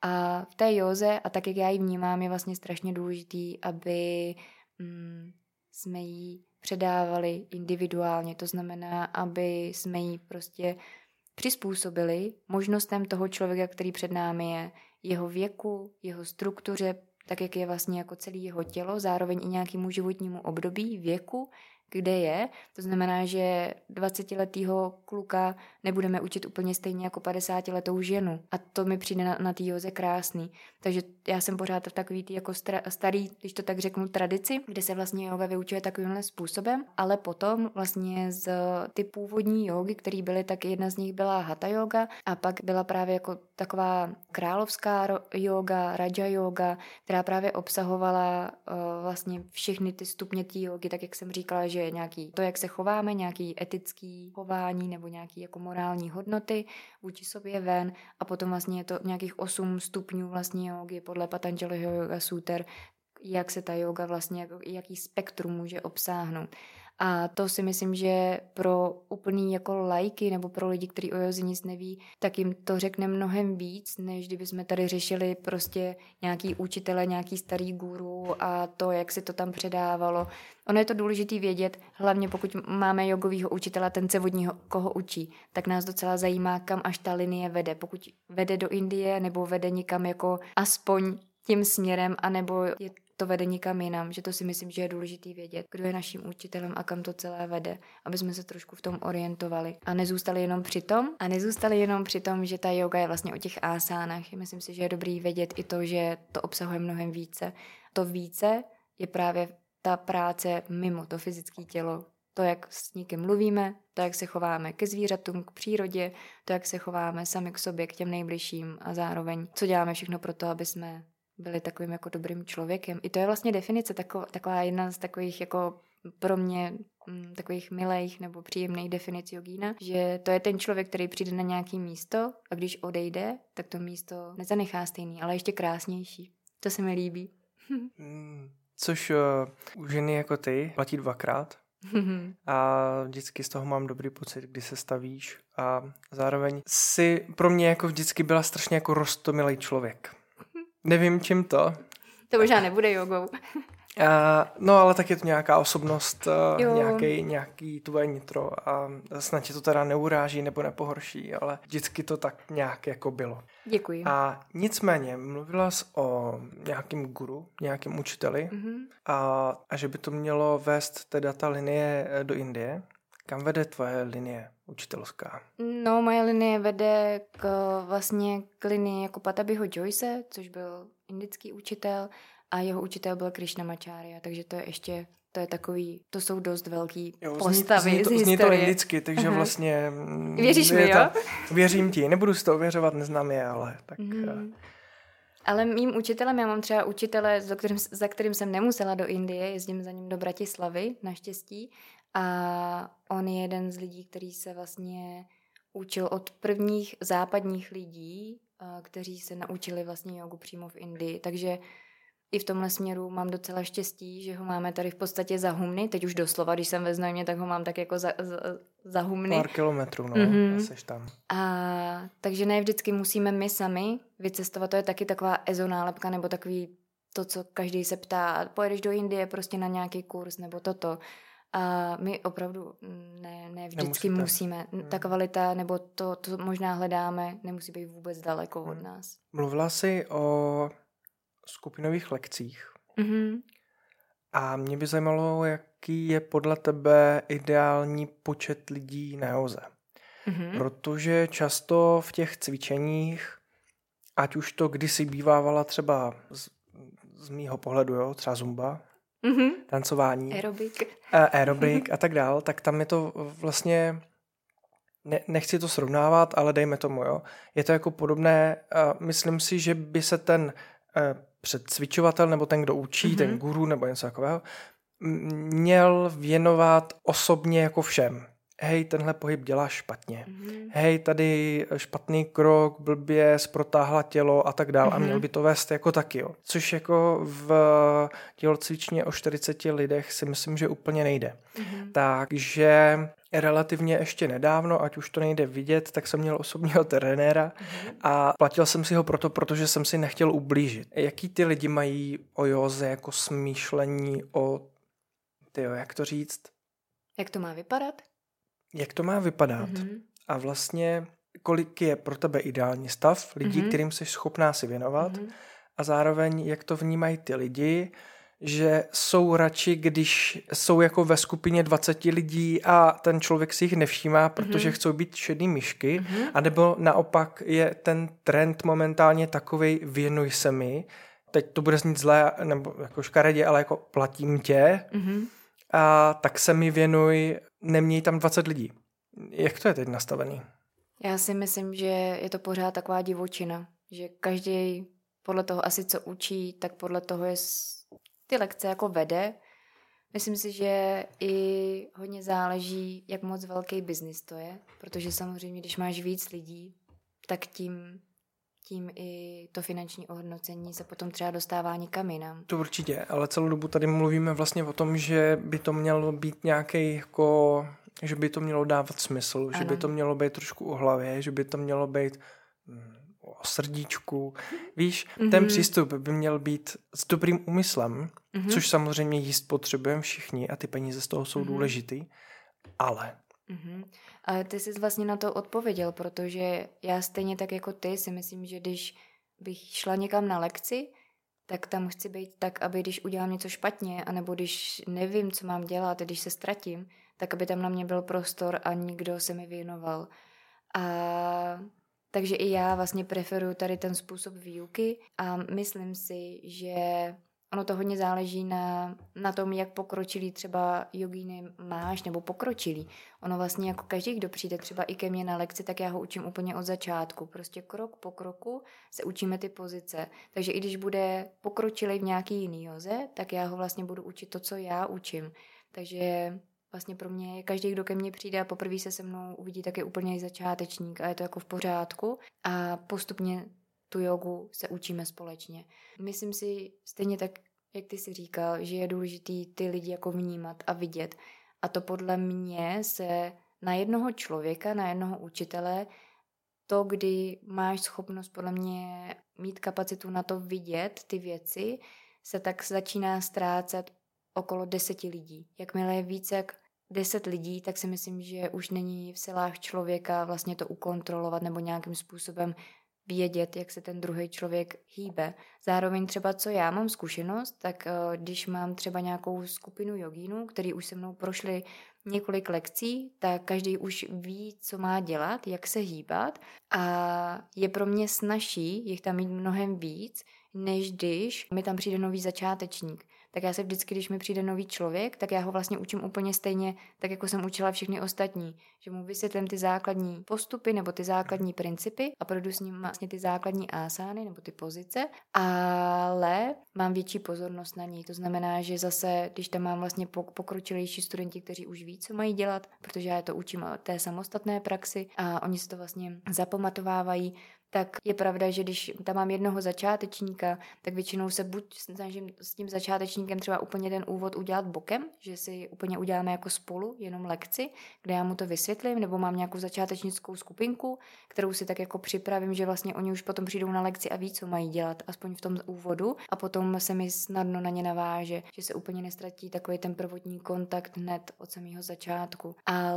A v té józe, a tak, jak já ji vnímám, je vlastně strašně důležitý, aby mm, jsme ji předávali individuálně. To znamená, aby jsme ji prostě přizpůsobili možnostem toho člověka, který před námi je, jeho věku, jeho struktuře, tak jak je vlastně jako celé jeho tělo, zároveň i nějakému životnímu období, věku, kde je. To znamená, že dvacetiletýho kluka nebudeme učit úplně stejně jako padesátiletou ženu. A to mi přijde na, na té józe krásný. Takže já jsem pořád v takový tý jako stra, starý, když to tak řeknu, tradici, kde se vlastně jóga vyučuje takovýmhle způsobem, ale potom vlastně z ty původní jógy, které byly, tak jedna z nich byla hatha yoga a pak byla právě jako taková královská jóga, raja yoga, která právě obsahovala uh, vlastně všechny ty stupně té jógy, tak jak jsem říkala, že je nějaký to, jak se chováme, nějaký etický chování nebo nějaký jako morální hodnoty vůči sobě ven a potom vlastně je to nějakých osm stupňů vlastně jógy podle Patanjaliho Yoga Suter, jak se ta jóga vlastně, jaký spektrum může obsáhnout. A to si myslím, že pro úplný jako lajky nebo pro lidi, kteří o józe nic neví, tak jim to řekne mnohem víc, než kdyby jsme tady řešili prostě nějaký učitele, nějaký starý guru a to, jak si to tam předávalo. Ono je to důležité vědět, hlavně pokud máme jogovýho učitele, ten se od něho koho učí, tak nás docela zajímá, kam až ta linie vede. Pokud vede do Indie nebo vede někam jako aspoň tím směrem, anebo je to vede nikam jinam, že to si myslím, že je důležitý vědět, kdo je naším učitelem a kam to celé vede, aby jsme se trošku v tom orientovali a nezůstali jenom při tom a nezůstali jenom při tom, že ta yoga je vlastně o těch asánách. Myslím si, že je dobrý vědět i to, že to obsahuje mnohem více. To více je právě ta práce mimo to fyzické tělo. To, jak s někým mluvíme, to, jak se chováme ke zvířatům, k přírodě, to, jak se chováme sami k sobě, k těm nejbližším a zároveň, co děláme všechno pro to, aby jsme byli takovým jako dobrým člověkem. I to je vlastně definice, taková, taková jedna z takových jako pro mě m, takových milých nebo příjemných definic jogína, že to je ten člověk, který přijde na nějaký místo a když odejde, tak to místo nezanechá stejný, ale ještě krásnější. To se mi líbí. mm, což uh, u ženy jako ty platí dvakrát. A vždycky z toho mám dobrý pocit, kdy se stavíš a zároveň si pro mě jako vždycky byla strašně jako roztomilý člověk. Nevím, čím to. To možná nebude jogou. Uh, no, ale tak je to nějaká osobnost, uh, nějaký, nějaký tvoje nitro a snad tě to teda neuráží nebo nepohorší, ale vždycky to tak nějak jako bylo. Děkuji. A nicméně mluvila jsi o nějakým guru, nějakým učiteli mm-hmm. a, a že by to mělo vést teda ta linie do Indie. Kam vede tvoje linie učitelská? No, moje linie vede k, vlastně k linii jako Pattabhiho Joyce, což byl indický učitel a jeho učitel byl Krishnamacharya, takže to je ještě, to je takový, to jsou dost velký jo, postavy zní, zní to, z historie. Zní to indicky, takže vlastně... Věříš mi, jo? Věřím ti, nebudu si to ověřovat, neznám je, ale tak... Mm. Ale mým učitelem, já mám třeba učitele, za kterým, za kterým jsem nemusela do Indie, jezdím za ním do Bratislavy, naštěstí, a on je jeden z lidí, který se vlastně učil od prvních západních lidí kteří se naučili vlastně jogu přímo v Indii. Takže i v tomhle směru mám docela štěstí, že ho máme tady v podstatě za humny. Teď už doslova, když jsem ve Znojmě, tak ho mám tak jako za, za, za humny. Pár kilometrů, no, mm-hmm. a seš tam. A takže ne vždycky musíme my sami vycestovat. To je taky taková ezonálepka, nebo takový to, co každý se ptá. Pojedeš do Indie prostě na nějaký kurz, nebo toto. A my opravdu ne, ne vždycky Nemusíte. musíme. Ta kvalita, nebo to, to možná hledáme, nemusí být vůbec daleko od nás. Mluvila jsi o skupinových lekcích. Mm-hmm. A mě by zajímalo, jaký je podle tebe ideální počet lidí na józe. Mm-hmm. Protože často v těch cvičeních, ať už to kdysi bývávala třeba z, z mýho pohledu, jo, třeba zumba, mm-hmm. tancování, aerobik, aerobik a tak dál, tak tam je to vlastně, ne, nechci to srovnávat, ale dejme tomu, jo. Je to jako podobné, uh, myslím si, že by se ten uh, předcvičovatel nebo ten, kdo učí, mm-hmm. ten guru nebo něco takového, měl věnovat osobně jako všem. Hej, tenhle pohyb děláš špatně. Mm-hmm. Hej, tady špatný krok, blbě, zprotáhla tělo a tak dále. Mm-hmm. A měl by to vést jako taky, jo. Což jako v tělocvičně o čtyřiceti lidech si myslím, že úplně nejde. Mm-hmm. Takže relativně ještě nedávno, ať už to nejde vidět, tak jsem měl osobního trenéra mm-hmm. a platil jsem si ho proto, protože jsem si nechtěl ublížit. Jaký ty lidi mají o józe jako smýšlení o, tyjo, jak to říct? Jak to má vypadat? Jak to má vypadat? Mm-hmm. A vlastně kolik je pro tebe ideální stav lidí, mm-hmm. kterým jsi schopná si věnovat mm-hmm. a zároveň jak to vnímají ty lidi, že jsou radši, když jsou jako ve skupině dvacet lidí a ten člověk si jich nevšímá, protože mm-hmm. chcou být šedý myšky, mm-hmm. anebo naopak je ten trend momentálně takovej věnuj se mi, teď to bude znít zlé nebo jako škaredě, ale jako platím tě mm-hmm. a tak se mi věnuj, neměj tam dvacet lidí. Jak to je teď nastavený? Já si myslím, že je to pořád taková divočina, že každý podle toho asi, co učí, tak podle toho je ty lekce jako vede. Myslím si, že i hodně záleží, jak moc velký biznis to je, protože samozřejmě, když máš víc lidí, tak tím, tím i to finanční ohodnocení se potom třeba dostává někam jinam. To určitě, ale celou dobu tady mluvíme vlastně o tom, že by to mělo být nějaký jako, že by to mělo dávat smysl, ano. Že by to mělo být trošku o hlavě, že by to mělo být o srdíčku. Víš, mm-hmm. ten přístup by měl být s dobrým úmyslem, mm-hmm. což samozřejmě jíst potřebujeme všichni a ty peníze z toho jsou mm-hmm. důležitý, ale... Mm-hmm. Ale ty jsi vlastně na to odpověděl, protože já stejně tak jako ty si myslím, že když bych šla někam na lekci, tak tam chci být tak, aby když udělám něco špatně, anebo když nevím, co mám dělat, když se ztratím, tak aby tam na mě byl prostor a nikdo se mi věnoval. A takže i já vlastně preferuji tady ten způsob výuky a myslím si, že ono to hodně záleží na, na tom, jak pokročilý třeba jogíny máš, nebo pokročilý. Ono vlastně jako každý, kdo přijde třeba i ke mně na lekci, tak já ho učím úplně od začátku. Prostě krok po kroku se učíme ty pozice. Takže i když bude pokročilý v nějaký jiný józe, tak já ho vlastně budu učit to, co já učím. Takže vlastně pro mě každý, kdo ke mně přijde a poprvé se se mnou uvidí, tak je úplně začátečník a je to jako v pořádku. A postupně tu jogu se učíme společně. Myslím si stejně tak, jak ty jsi říkal, že je důležitý ty lidi jako vnímat a vidět. A to podle mě se na jednoho člověka, na jednoho učitele, to, kdy máš schopnost podle mě mít kapacitu na to vidět ty věci, se tak začíná ztrácet okolo deseti lidí. Jakmile je více jak deset lidí, tak si myslím, že už není v silách člověka vlastně to ukontrolovat nebo nějakým způsobem vědět, jak se ten druhý člověk hýbe. Zároveň třeba, co já mám zkušenost, tak když mám třeba nějakou skupinu jogínů, který už se mnou prošli několik lekcí, tak každý už ví, co má dělat, jak se hýbat a je pro mě snazší jich tam mít mnohem víc, než když mi tam přijde nový začátečník. Tak já se vždycky, když mi přijde nový člověk, tak já ho vlastně učím úplně stejně, tak jako jsem učila všechny ostatní. Že mu vysvětlím ty základní postupy nebo ty základní principy a projdu s ním vlastně ty základní asány nebo ty pozice, ale mám větší pozornost na něj. To znamená, že zase, když tam mám vlastně pokročilejší studenti, kteří už ví, co mají dělat, protože já to učím o té samostatné praxi a oni si to vlastně zapamatovávají, tak je pravda, že když tam mám jednoho začátečníka, tak většinou se buď snažím s tím začátečníkem třeba úplně ten úvod udělat bokem, že si úplně uděláme jako spolu jenom lekci, kde já mu to vysvětlím, nebo mám nějakou začátečnickou skupinku, kterou si tak jako připravím, že vlastně oni už potom přijdou na lekci a ví, co mají dělat, aspoň v tom úvodu, a potom se mi snadno na ně naváže, že se úplně nestratí takový ten prvotní kontakt hned od samého začátku.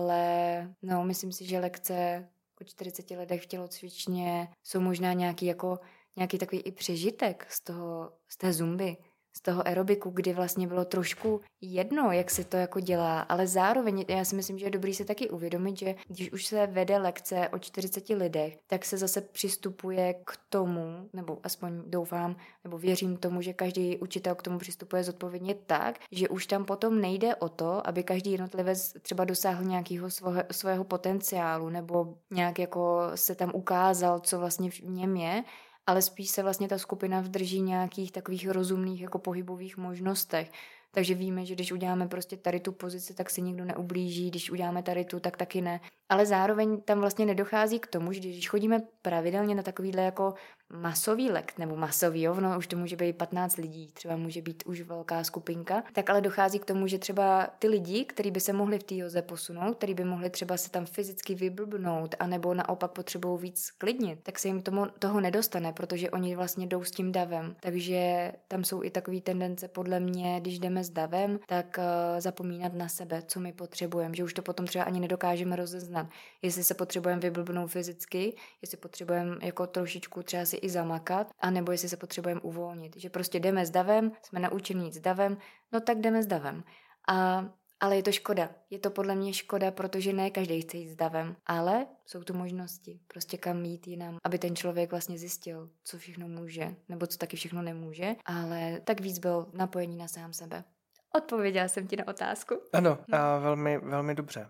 Ale no, myslím si, že lekce po čtyřiceti letech v tělocvičně jsou možná nějaký jako nějaký takový i přežitek z toho, z té zumby, z toho aerobiku, kdy vlastně bylo trošku jedno, jak se to jako dělá, ale zároveň já si myslím, že je dobrý se taky uvědomit, že když už se vede lekce o čtyřiceti lidech, tak se zase přistupuje k tomu, nebo aspoň doufám, nebo věřím tomu, že každý učitel k tomu přistupuje zodpovědně tak, že už tam potom nejde o to, aby každý jednotlivec třeba dosáhl nějakého svého, svého potenciálu, nebo nějak jako se tam ukázal, co vlastně v něm je, ale spíš se vlastně ta skupina vdrží nějakých takových rozumných jako pohybových možnostech. Takže víme, že když uděláme prostě tady tu pozici, tak si nikdo neublíží, když uděláme tady tu, tak taky ne. Ale zároveň tam vlastně nedochází k tomu, že když chodíme pravidelně na takovýhle jako masový lekt, nebo masový, jo, no už to může být patnáct lidí, třeba může být už velká skupinka, tak ale dochází k tomu, že třeba ty lidi, kteří by se mohli v té józe posunout, kteří by mohli třeba se tam fyzicky vyblbnout, anebo naopak potřebují víc klidnit, tak se jim tomu, toho nedostane, protože oni vlastně jdou s tím davem. Takže tam jsou i takové tendence podle mě, když jdeme s davem, tak uh, zapomínat na sebe, co my potřebujeme, že už to potom třeba ani nedokážeme rozeznat. Jestli se potřebujeme vyblbnout fyzicky, jestli potřebujeme jako trošičku třeba si i zamakat, anebo jestli se potřebujeme uvolnit. Že prostě jdeme s davem, jsme naučení jít s davem, no tak jdeme s davem. A, ale je to škoda. Je to podle mě škoda, protože ne každý chce jít s davem, ale jsou tu možnosti, prostě kam jít jinam, aby ten člověk vlastně zjistil, co všechno může, nebo co taky všechno nemůže, ale tak víc byl napojení na sám sebe. Odpověděla jsem ti na otázku. Ano, a velmi, velmi dobře.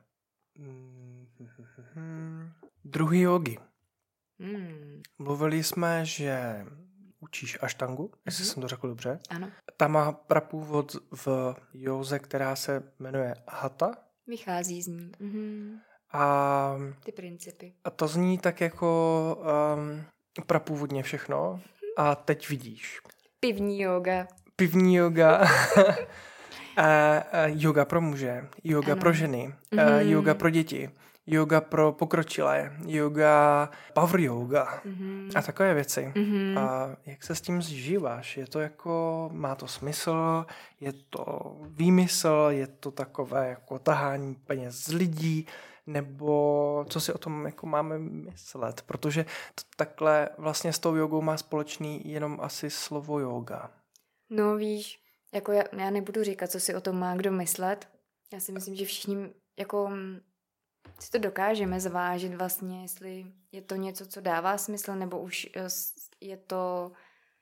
Druhý jógy. Hmm. Mluvili jsme, že učíš aštangu, jestli mm-hmm. jsem to řekl dobře. Ano. Ta má prapůvod v józe, která se jmenuje hatha. Vychází z ní. Mm-hmm. A ty principy. A to zní tak jako um, prapůvodně všechno. A teď vidíš. Pivní jóga. Pivní jóga. A, a yoga pro muže, yoga ano. pro ženy, mm-hmm. a yoga pro děti, yoga pro pokročilé, yoga, power yoga mm-hmm. a takové věci. Mm-hmm. A jak se s tím zžíváš? Je to jako, má to smysl, je to výmysl, je to takové jako tahání peněz z lidí, nebo co si o tom jako máme myslet? Protože to takhle vlastně s tou jogou má společný jenom asi slovo yoga. No víš, jako já, já nebudu říkat, co si o tom má kdo myslet. Já si myslím, že všichni jako si to dokážeme zvážit vlastně, jestli je to něco, co dává smysl, nebo už je to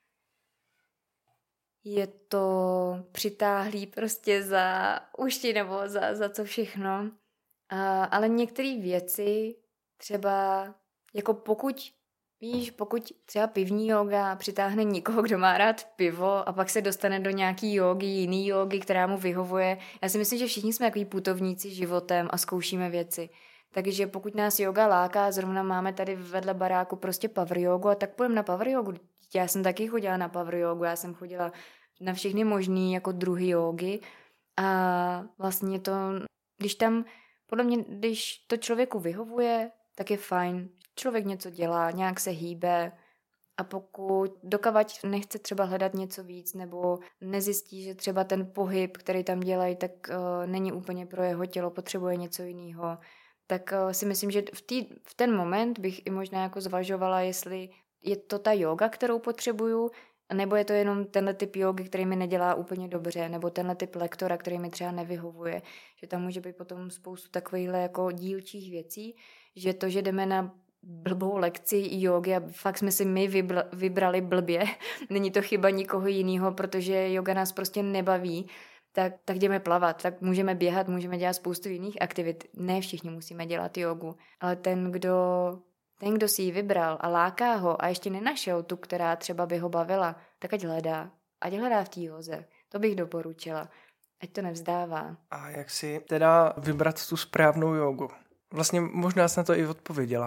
je to přitáhlý prostě za ušti nebo za, za co všechno. A, ale některé věci třeba jako pokud víš, pokud třeba pivní jóga přitáhne někoho, kdo má rád pivo a pak se dostane do nějaký jógy, jiný jógy, která mu vyhovuje. Já si myslím, že všichni jsme takový putovníci životem a zkoušíme věci. Takže pokud nás yoga láká, zrovna máme tady vedle baráku prostě power jogu, a tak půjdeme na power jogu. Já jsem taky chodila na power jogu, já jsem chodila na všechny možný jako druhy jógy a vlastně to, když tam, podle mě, když to člověku vyhovuje, tak je fajn. Člověk něco dělá, nějak se hýbe a pokud dokavať nechce třeba hledat něco víc nebo nezjistí, že třeba ten pohyb, který tam dělají, tak uh, není úplně pro jeho tělo, potřebuje něco jiného, tak uh, si myslím, že v, tý, v ten moment bych i možná jako zvažovala, jestli je to ta yoga, kterou potřebuju, nebo je to jenom tenhle typ jógy, který mi nedělá úplně dobře, nebo tenhle typ lektora, který mi třeba nevyhovuje, že tam může být potom spoustu takovýchhle jako dílčích věcí, že to, že jdeme na blbou lekci jógy a fakt jsme si my vybra- vybrali blbě, není to chyba nikoho jiného, protože yoga nás prostě nebaví, tak, tak jdeme plavat, tak můžeme běhat, můžeme dělat spoustu jiných aktivit, ne všichni musíme dělat jogu, ale ten, kdo ten, kdo si ji vybral a láká ho a ještě nenašel tu, která třeba by ho bavila, tak ať hledá. Ať hledá v té józe. To bych doporučila. Ať to nevzdává. A jak si teda vybrat tu správnou jógu? Vlastně možná jsi na to i odpověděla.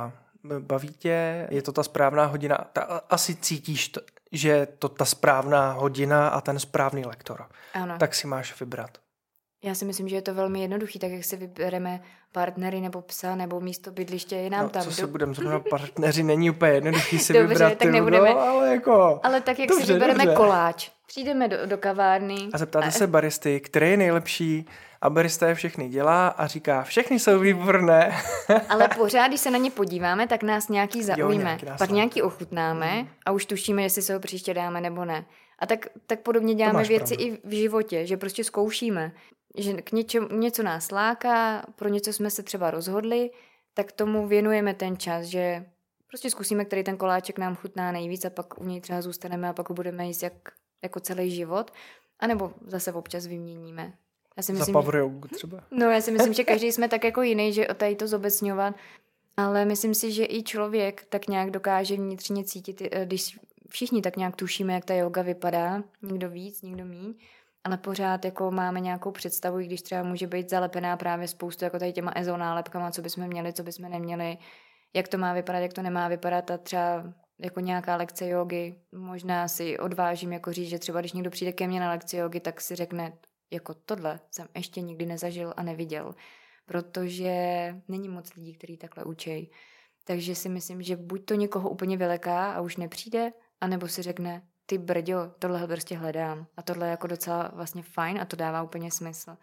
baví tě, je to ta správná hodina, ta, asi cítíš, to, že je to ta správná hodina a ten správný lektor. Ano. Tak si máš vybrat. Já si myslím, že je to velmi jednoduchý, tak jak si vybereme partnery nebo psa nebo místo bydliště je nám no, tam. co do... si budeme zrovna partneři, není úplně jednoduchý si dobře, vybrat. Tak nebudeme... no, ale, jako... ale tak jak dobře, si vybereme dobře. koláč, přijdeme do, do kavárny. A zeptáte a... se baristy, který je nejlepší a barista je všechny dělá a říká, všechny jsou výborné. Ale pořád, když se na ně podíváme, tak nás nějaký zaujme. Jo, nějaký pak nějaký ochutnáme a už tušíme, jestli se ho příště dáme nebo ne. A tak, tak podobně děláme věci pravdu. I v životě, že prostě zkoušíme. Že k něčem, něco nás láká, pro něco jsme se třeba rozhodli, tak tomu věnujeme ten čas, že prostě zkusíme, který ten koláček nám chutná nejvíc a pak u něj třeba zůstaneme a pak ho budeme jíst jak, jako celý život. A nebo zase občas vyměníme. Já si myslím, za power jogu třeba. No, já si myslím, že každý jsme tak jako jiný, že o tady to zobecňovat, ale myslím si, že i člověk tak nějak dokáže vnitřně cítit, když všichni tak nějak tušíme, jak ta yoga vypadá, někdo víc, někdo míň, ale pořád jako máme nějakou představu, i když třeba může být zalepená právě spoustu jako tady těma ezo nálepkama, co bychom měli, co bychom neměli, jak to má vypadat, jak to nemá vypadat a třeba jako nějaká lekce jogy, možná si odvážím jako říct, že třeba když někdo přijde ke mně na lekci jogy, tak si řekne, jako tohle jsem ještě nikdy nezažil a neviděl, protože není moc lidí, kteří takhle učej. Takže si myslím, že buď to někoho úplně vyleká a už nepřijde, anebo si řekne, ty brďo, tohle prostě hledám a tohle je jako docela vlastně fajn a to dává úplně smysl.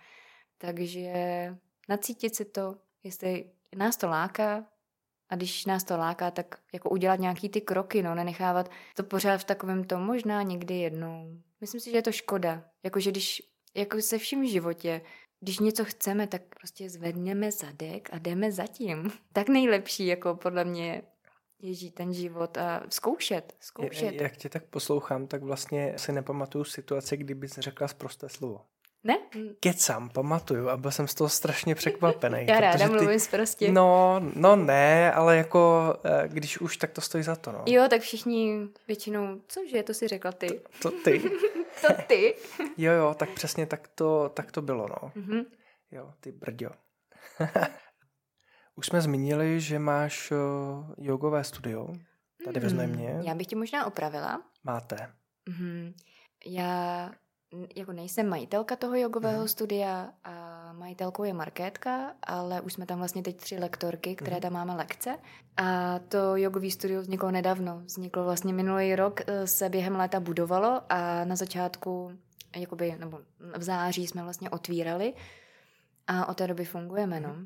Takže nacítit si to, jestli nás to láká a když nás to láká, tak jako udělat nějaký ty kroky, no, nenechávat to pořád v takovém tom možná někdy jednou. Myslím si, že je to škoda. Jakože když jako se vším v životě, když něco chceme, tak prostě zvedneme zadek a jdeme za tím. Tak nejlepší, jako podle mě, je žít ten život a zkoušet, zkoušet. Jak tě tak poslouchám, tak vlastně si nepamatuju situaci, kdyby jsi řekla sprosté slovo. Ne? Kecám, pamatuju a byl jsem z toho strašně překvapený. Já ráda ty... mluvím prostě. No, no ne, ale jako když už, tak to stojí za to, no. Jo, tak všichni většinou, cože, to si řekla ty. To, to ty. to ty. Jo, jo, tak přesně tak to, tak to bylo, no. Mm-hmm. Jo, ty brďo. Už jsme zmínili, že máš uh, jogové studio tady ve Znojmě. Já bych tě možná opravila. Máte. Mm-hmm. Já jako nejsem majitelka toho jogového mm. studia a majitelkou je Markétka, ale už jsme tam vlastně teď tři lektorky, které mm. tam máme lekce. A to jogový studio vzniklo nedávno. Vzniklo vlastně minulý rok, se během léta budovalo a na začátku, jakoby, nebo v září jsme vlastně otvírali a od té doby fungujeme, no.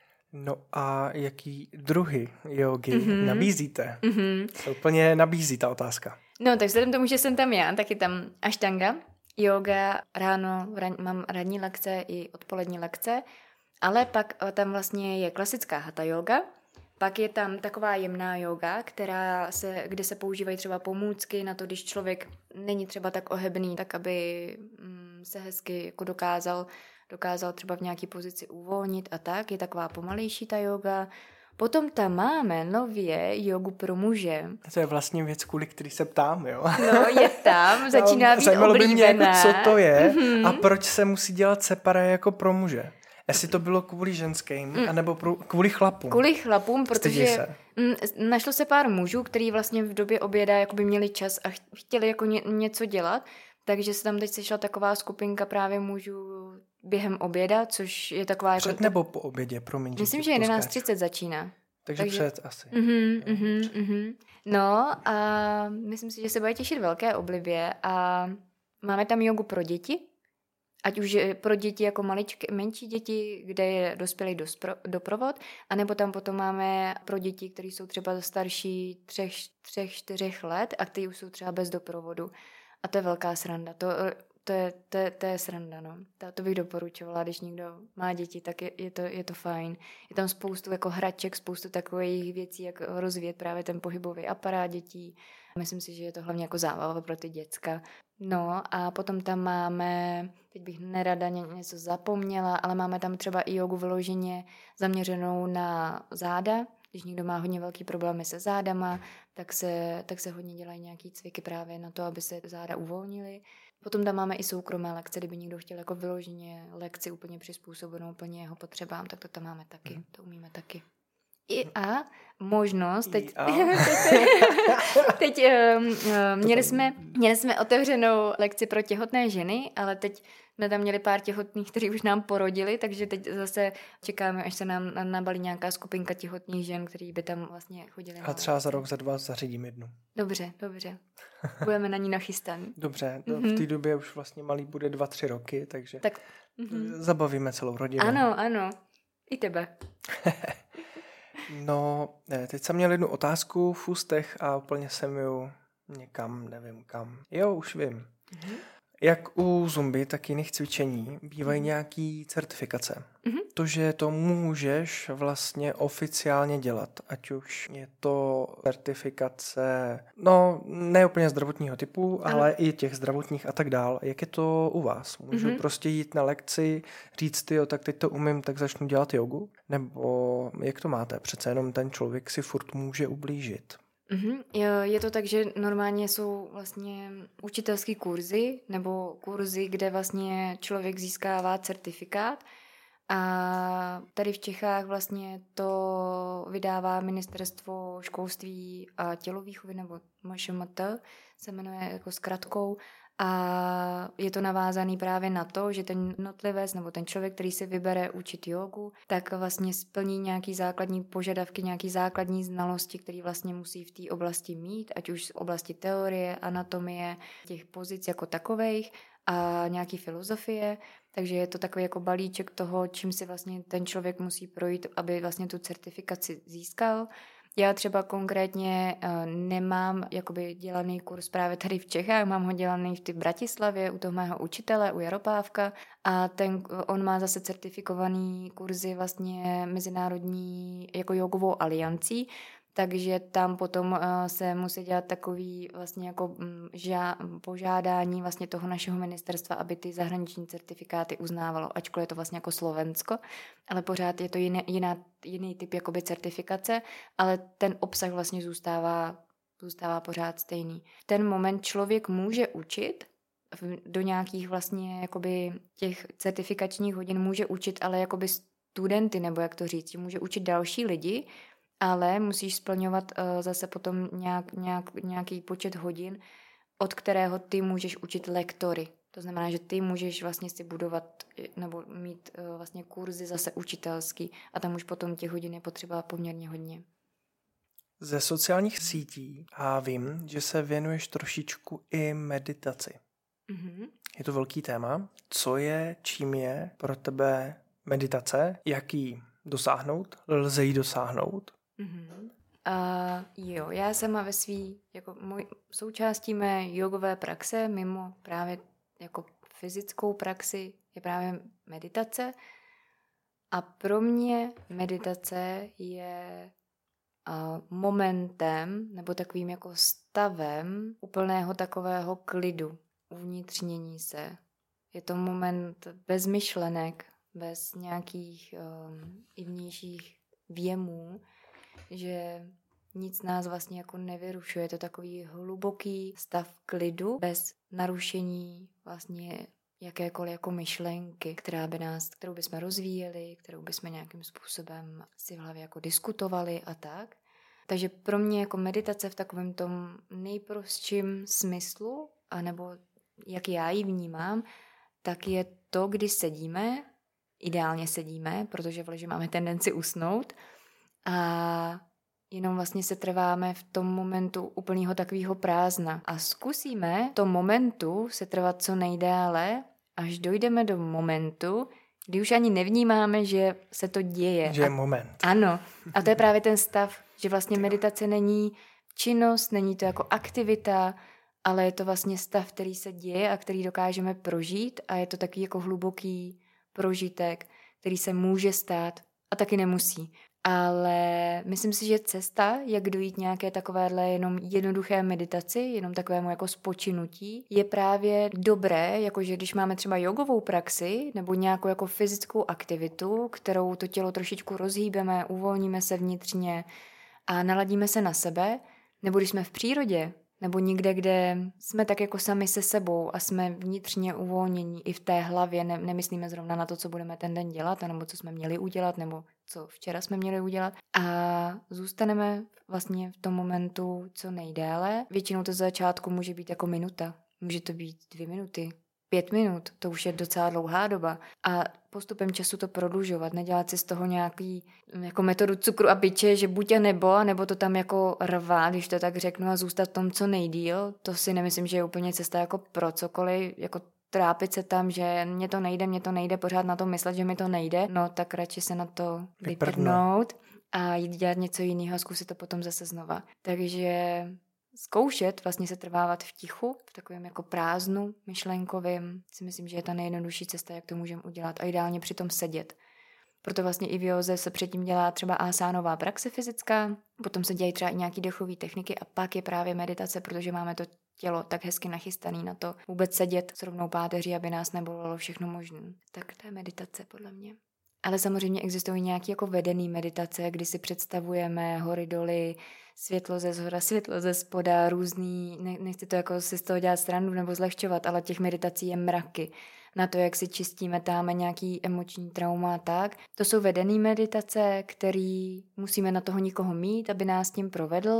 No a jaký druhy jogy mm-hmm. nabízíte? Mm-hmm. Se úplně nabízí ta otázka. No, tak vzhledem tomu, že jsem tam já, tak je tam ashtanga, yoga, ráno ran, mám ranní lekce i odpolední lekce, ale pak tam vlastně je klasická hatha yoga, pak je tam taková jemná yoga, která se, kde se používají třeba pomůcky na to, když člověk není třeba tak ohebný, tak aby mm, se hezky jako dokázal, dokázal třeba v nějaké pozici uvolnit a tak. Je taková pomalejší ta yoga. Potom tam máme nově jogu pro muže. To je vlastně věc, kvůli který se ptám, jo? No, je tam, začíná být Zajímalo by mě, jako, co to je mm-hmm. a proč se musí dělat separé jako pro muže. Jestli to bylo kvůli ženským, mm. anebo pro, kvůli chlapům. Kvůli chlapům, protože m, našlo se pár mužů, kteří vlastně v době oběda jakoby měli čas a chtěli jako ně, něco dělat, takže se tam teď sešla taková skupinka právě mužů během oběda, což je taková... Před jako, nebo po obědě, promiň. Myslím, že jedenáct třicet začíná. Takže, takže před asi. Uh-huh, uh-huh, uh-huh. No a myslím si, že se bude těšit velké oblibě a máme tam jogu pro děti, ať už pro děti jako maličké, menší děti, kde je dospělý doprovod, anebo tam potom máme pro děti, které jsou třeba starší třech, třech, čtyřech let a kteří už jsou třeba bez doprovodu. A to je velká sranda. To, to, je, to, je, to je sranda, no. To, to bych doporučovala, když někdo má děti, tak je, je, to, je to fajn. Je tam spoustu jako hraček, spoustu takových věcí, jak rozvíjet právě ten pohybový aparát dětí. Myslím si, že je to hlavně jako zábava pro ty děcka. No a potom tam máme, teď bych nerada něco zapomněla, ale máme tam třeba i jogu vyloženě zaměřenou na záda. Když někdo má hodně velký problémy se zádama, tak se, tak se hodně dělají nějaký cviky právě na to, aby se záda uvolnily. Potom tam máme i soukromé lekce, kdyby někdo chtěl jako vyloženě lekci úplně přizpůsobenou úplně jeho potřebám, tak to tam máme taky, to umíme taky. I a možnost, teď, a. teď um, um, měli, jsme, měli jsme otevřenou lekci pro těhotné ženy, ale teď jsme tam měli pár těhotných, kteří už nám porodili, takže teď zase čekáme, až se nám nabalí nějaká skupinka těhotných žen, který by tam vlastně chodili. A třeba za rok, za dva zařídím jednu. Dobře, dobře. Budeme na ní nachystaný. Dobře, mm-hmm. v té době už vlastně malý bude dva, tři roky, takže tak, mm-hmm. zabavíme celou rodinu. Ano, ano. I tebe. No, teď jsem měl jednu otázku v ústech a úplně jsem ju někam, nevím kam. Jo, už vím. Mm-hmm. Jak u zumby, tak jiných cvičení bývají nějaký certifikace. Mm-hmm. To, že to můžeš vlastně oficiálně dělat, ať už je to certifikace, no ne úplně zdravotního typu, ano. ale i těch zdravotních a tak dál. Jak je to u vás? Můžu mm-hmm. prostě jít na lekci, říct, jo, tak teď to umím, tak začnu dělat jogu? Nebo jak to máte? Přece jenom ten člověk si furt může ublížit. Mm-hmm. Je to tak, že normálně jsou vlastně učitelský kurzy nebo kurzy, kde vlastně člověk získává certifikát a tady v Čechách vlastně to vydává Ministerstvo školství a tělovýchovy nebo M Š M T se jmenuje jako zkratkou a je to navázaný právě na to, že ten jednotlivec nebo ten člověk, který si vybere učit jogu, tak vlastně splní nějaký základní požadavky, nějaký základní znalosti, které vlastně musí v té oblasti mít, ať už z oblasti teorie, anatomie, těch pozic jako takovejch a nějaký filozofie. Takže je to takový jako balíček toho, čím si vlastně ten člověk musí projít, aby vlastně tu certifikaci získal. Já třeba konkrétně uh, nemám jakoby dělaný kurz právě tady v Čechách, mám ho dělaný v ty Bratislavě u toho mého učitele, u Jaropávka a ten, on má zase certifikovaný kurzy vlastně mezinárodní jako jogovou aliancí, takže tam potom uh, se musí dělat takový vlastně jako um, žá, požádání vlastně toho našeho ministerstva, aby ty zahraniční certifikáty uznávalo, ačkoliv je to vlastně jako Slovensko, ale pořád je to jiný, jiná, jiný typ jakoby certifikace, ale ten obsah vlastně zůstává, zůstává pořád stejný. V ten moment člověk může učit do nějakých vlastně jakoby těch certifikačních hodin, může učit ale jakoby studenty, nebo jak to říct, může učit další lidi, ale musíš splňovat uh, zase potom nějak, nějak, nějaký počet hodin, od kterého ty můžeš učit lektory. To znamená, že ty můžeš vlastně si budovat nebo mít uh, vlastně kurzy zase učitelský a tam už potom těch hodin je potřeba poměrně hodně. Ze sociálních sítí a vím, že se věnuješ trošičku i meditaci. Mm-hmm. Je to velký téma. Co je, čím je pro tebe meditace? Jak jí dosáhnout? Lze jí dosáhnout? Mm-hmm. Uh, jo, já sama ve svý, jako můj, součástí mé jogové praxe, mimo právě jako fyzickou praxi, je právě meditace. A pro mě meditace je uh, momentem, nebo takovým jako stavem úplného takového klidu, uvnitřnění se. Je to moment bez myšlenek, bez nějakých um, i vnějších věmů, že nic nás vlastně jako nevyrušuje. Je to takový hluboký stav klidu bez narušení vlastně jakékoliv jako myšlenky, která by nás, kterou bychom rozvíjeli, kterou bychom nějakým způsobem si v hlavě jako diskutovali a tak. Takže pro mě jako meditace v takovém tom nejprostším smyslu, anebo jak já ji vnímám, tak je to, kdy sedíme, ideálně sedíme, protože v leži máme tendenci usnout a jenom vlastně se trváme v tom momentu úplného takového prázdna a zkusíme v tom momentu se trvat co nejdéle, až dojdeme do momentu, kdy už ani nevnímáme, že se to děje. Že je a, moment. Ano. A to je právě ten stav, že vlastně meditace není činnost, není to jako aktivita, ale je to vlastně stav, který se děje a který dokážeme prožít a je to takový jako hluboký prožitek, který se může stát a taky nemusí. Ale myslím si, že cesta, jak dojít nějaké takovéhle jenom jednoduché meditaci, jenom takovému jako spočinutí, je právě dobré, jakože když máme třeba jogovou praxi nebo nějakou jako fyzickou aktivitu, kterou to tělo trošičku rozhýbeme, uvolníme se vnitřně a naladíme se na sebe, nebo když jsme v přírodě, nebo někde, kde jsme tak jako sami se sebou a jsme vnitřně uvolnění i v té hlavě, ne, nemyslíme zrovna na to, co budeme ten den dělat, nebo co jsme měli udělat, nebo co včera jsme měli udělat a zůstaneme vlastně v tom momentu co nejdéle. Většinou to z začátku může být jako minuta, může to být dvě minuty, pět minut, to už je docela dlouhá doba a postupem času to prodlužovat, nedělat si z toho nějaký jako metodu cukru a biče, že buď a nebo, nebo to tam jako rvá, když to tak řeknu a zůstat v tom co nejdýl, to si nemyslím, že je úplně cesta jako pro cokoliv, jako trápit se tam, že mě to nejde, mě to nejde, pořád na to myslet, že mi to nejde, no tak radši se na to vyprdnout a jít dělat něco jiného a zkusit to potom zase znova. Takže zkoušet, vlastně se trvávat v tichu, v takovém jako prázdnu myšlenkovým, si myslím, že je ta nejjednodušší cesta, jak to můžeme udělat a ideálně přitom sedět. Proto vlastně i v józe se předtím dělá třeba asánová praxe fyzická, potom se dělají třeba i nějaký dechové techniky a pak je právě meditace, protože máme to tělo tak hezky nachystaný na to vůbec sedět s rovnou páteří, aby nás nebolelo všechno možné. Tak to je meditace podle mě. Ale samozřejmě existují nějaké jako vedené meditace, kdy si představujeme hory, doly, světlo ze zhora, světlo ze spoda, různý, ne, nechci to jako si z toho dělat srandu nebo zlehčovat, ale těch meditací je mraky. Na to, jak si čistíme, táme nějaký emoční trauma a tak. To jsou vedené meditace, které musíme na toho nikoho mít, aby nás tím provedl.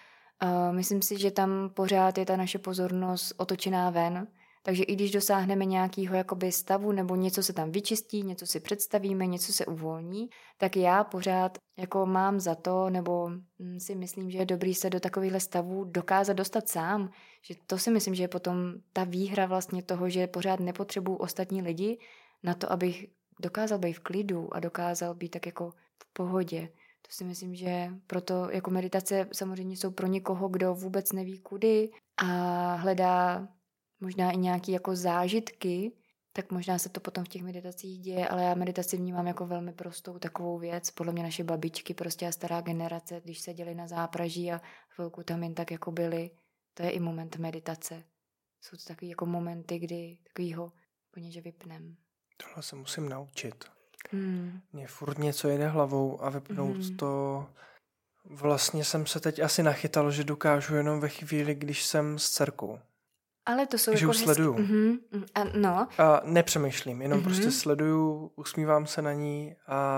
Uh, myslím si, že tam pořád je ta naše pozornost otočená ven, takže i když dosáhneme nějakého jakoby stavu nebo něco se tam vyčistí, něco si představíme, něco se uvolní, tak já pořád jako mám za to, nebo si myslím, že je dobrý se do takovýchhle stavů dokázat dostat sám, že to si myslím, že je potom ta výhra vlastně toho, že pořád nepotřebuju ostatní lidi na to, abych dokázal být v klidu a dokázal být tak jako v pohodě. To si myslím, že proto jako meditace samozřejmě jsou pro někoho, kdo vůbec neví kudy a hledá možná i nějaké jako zážitky, tak možná se to potom v těch meditacích děje, ale já meditaci vnímám jako velmi prostou takovou věc. Podle mě naše babičky, prostě a stará generace, když seděli na zápraží a chvilku tam jen tak jako byli, to je i moment meditace. Jsou to takový jako momenty, kdy takovýho úplně, že vypnem. Tohle se musím naučit. Hmm. Mně furt něco jede hlavou a vypnout hmm. to. Vlastně jsem se teď asi nachytal, že dokážu jenom ve chvíli, když jsem s dcerkou. Ale to jsou že jako už sleduju. Mm-hmm. A, no. A nepřemýšlím, jenom mm-hmm. prostě sleduju, usmívám se na ní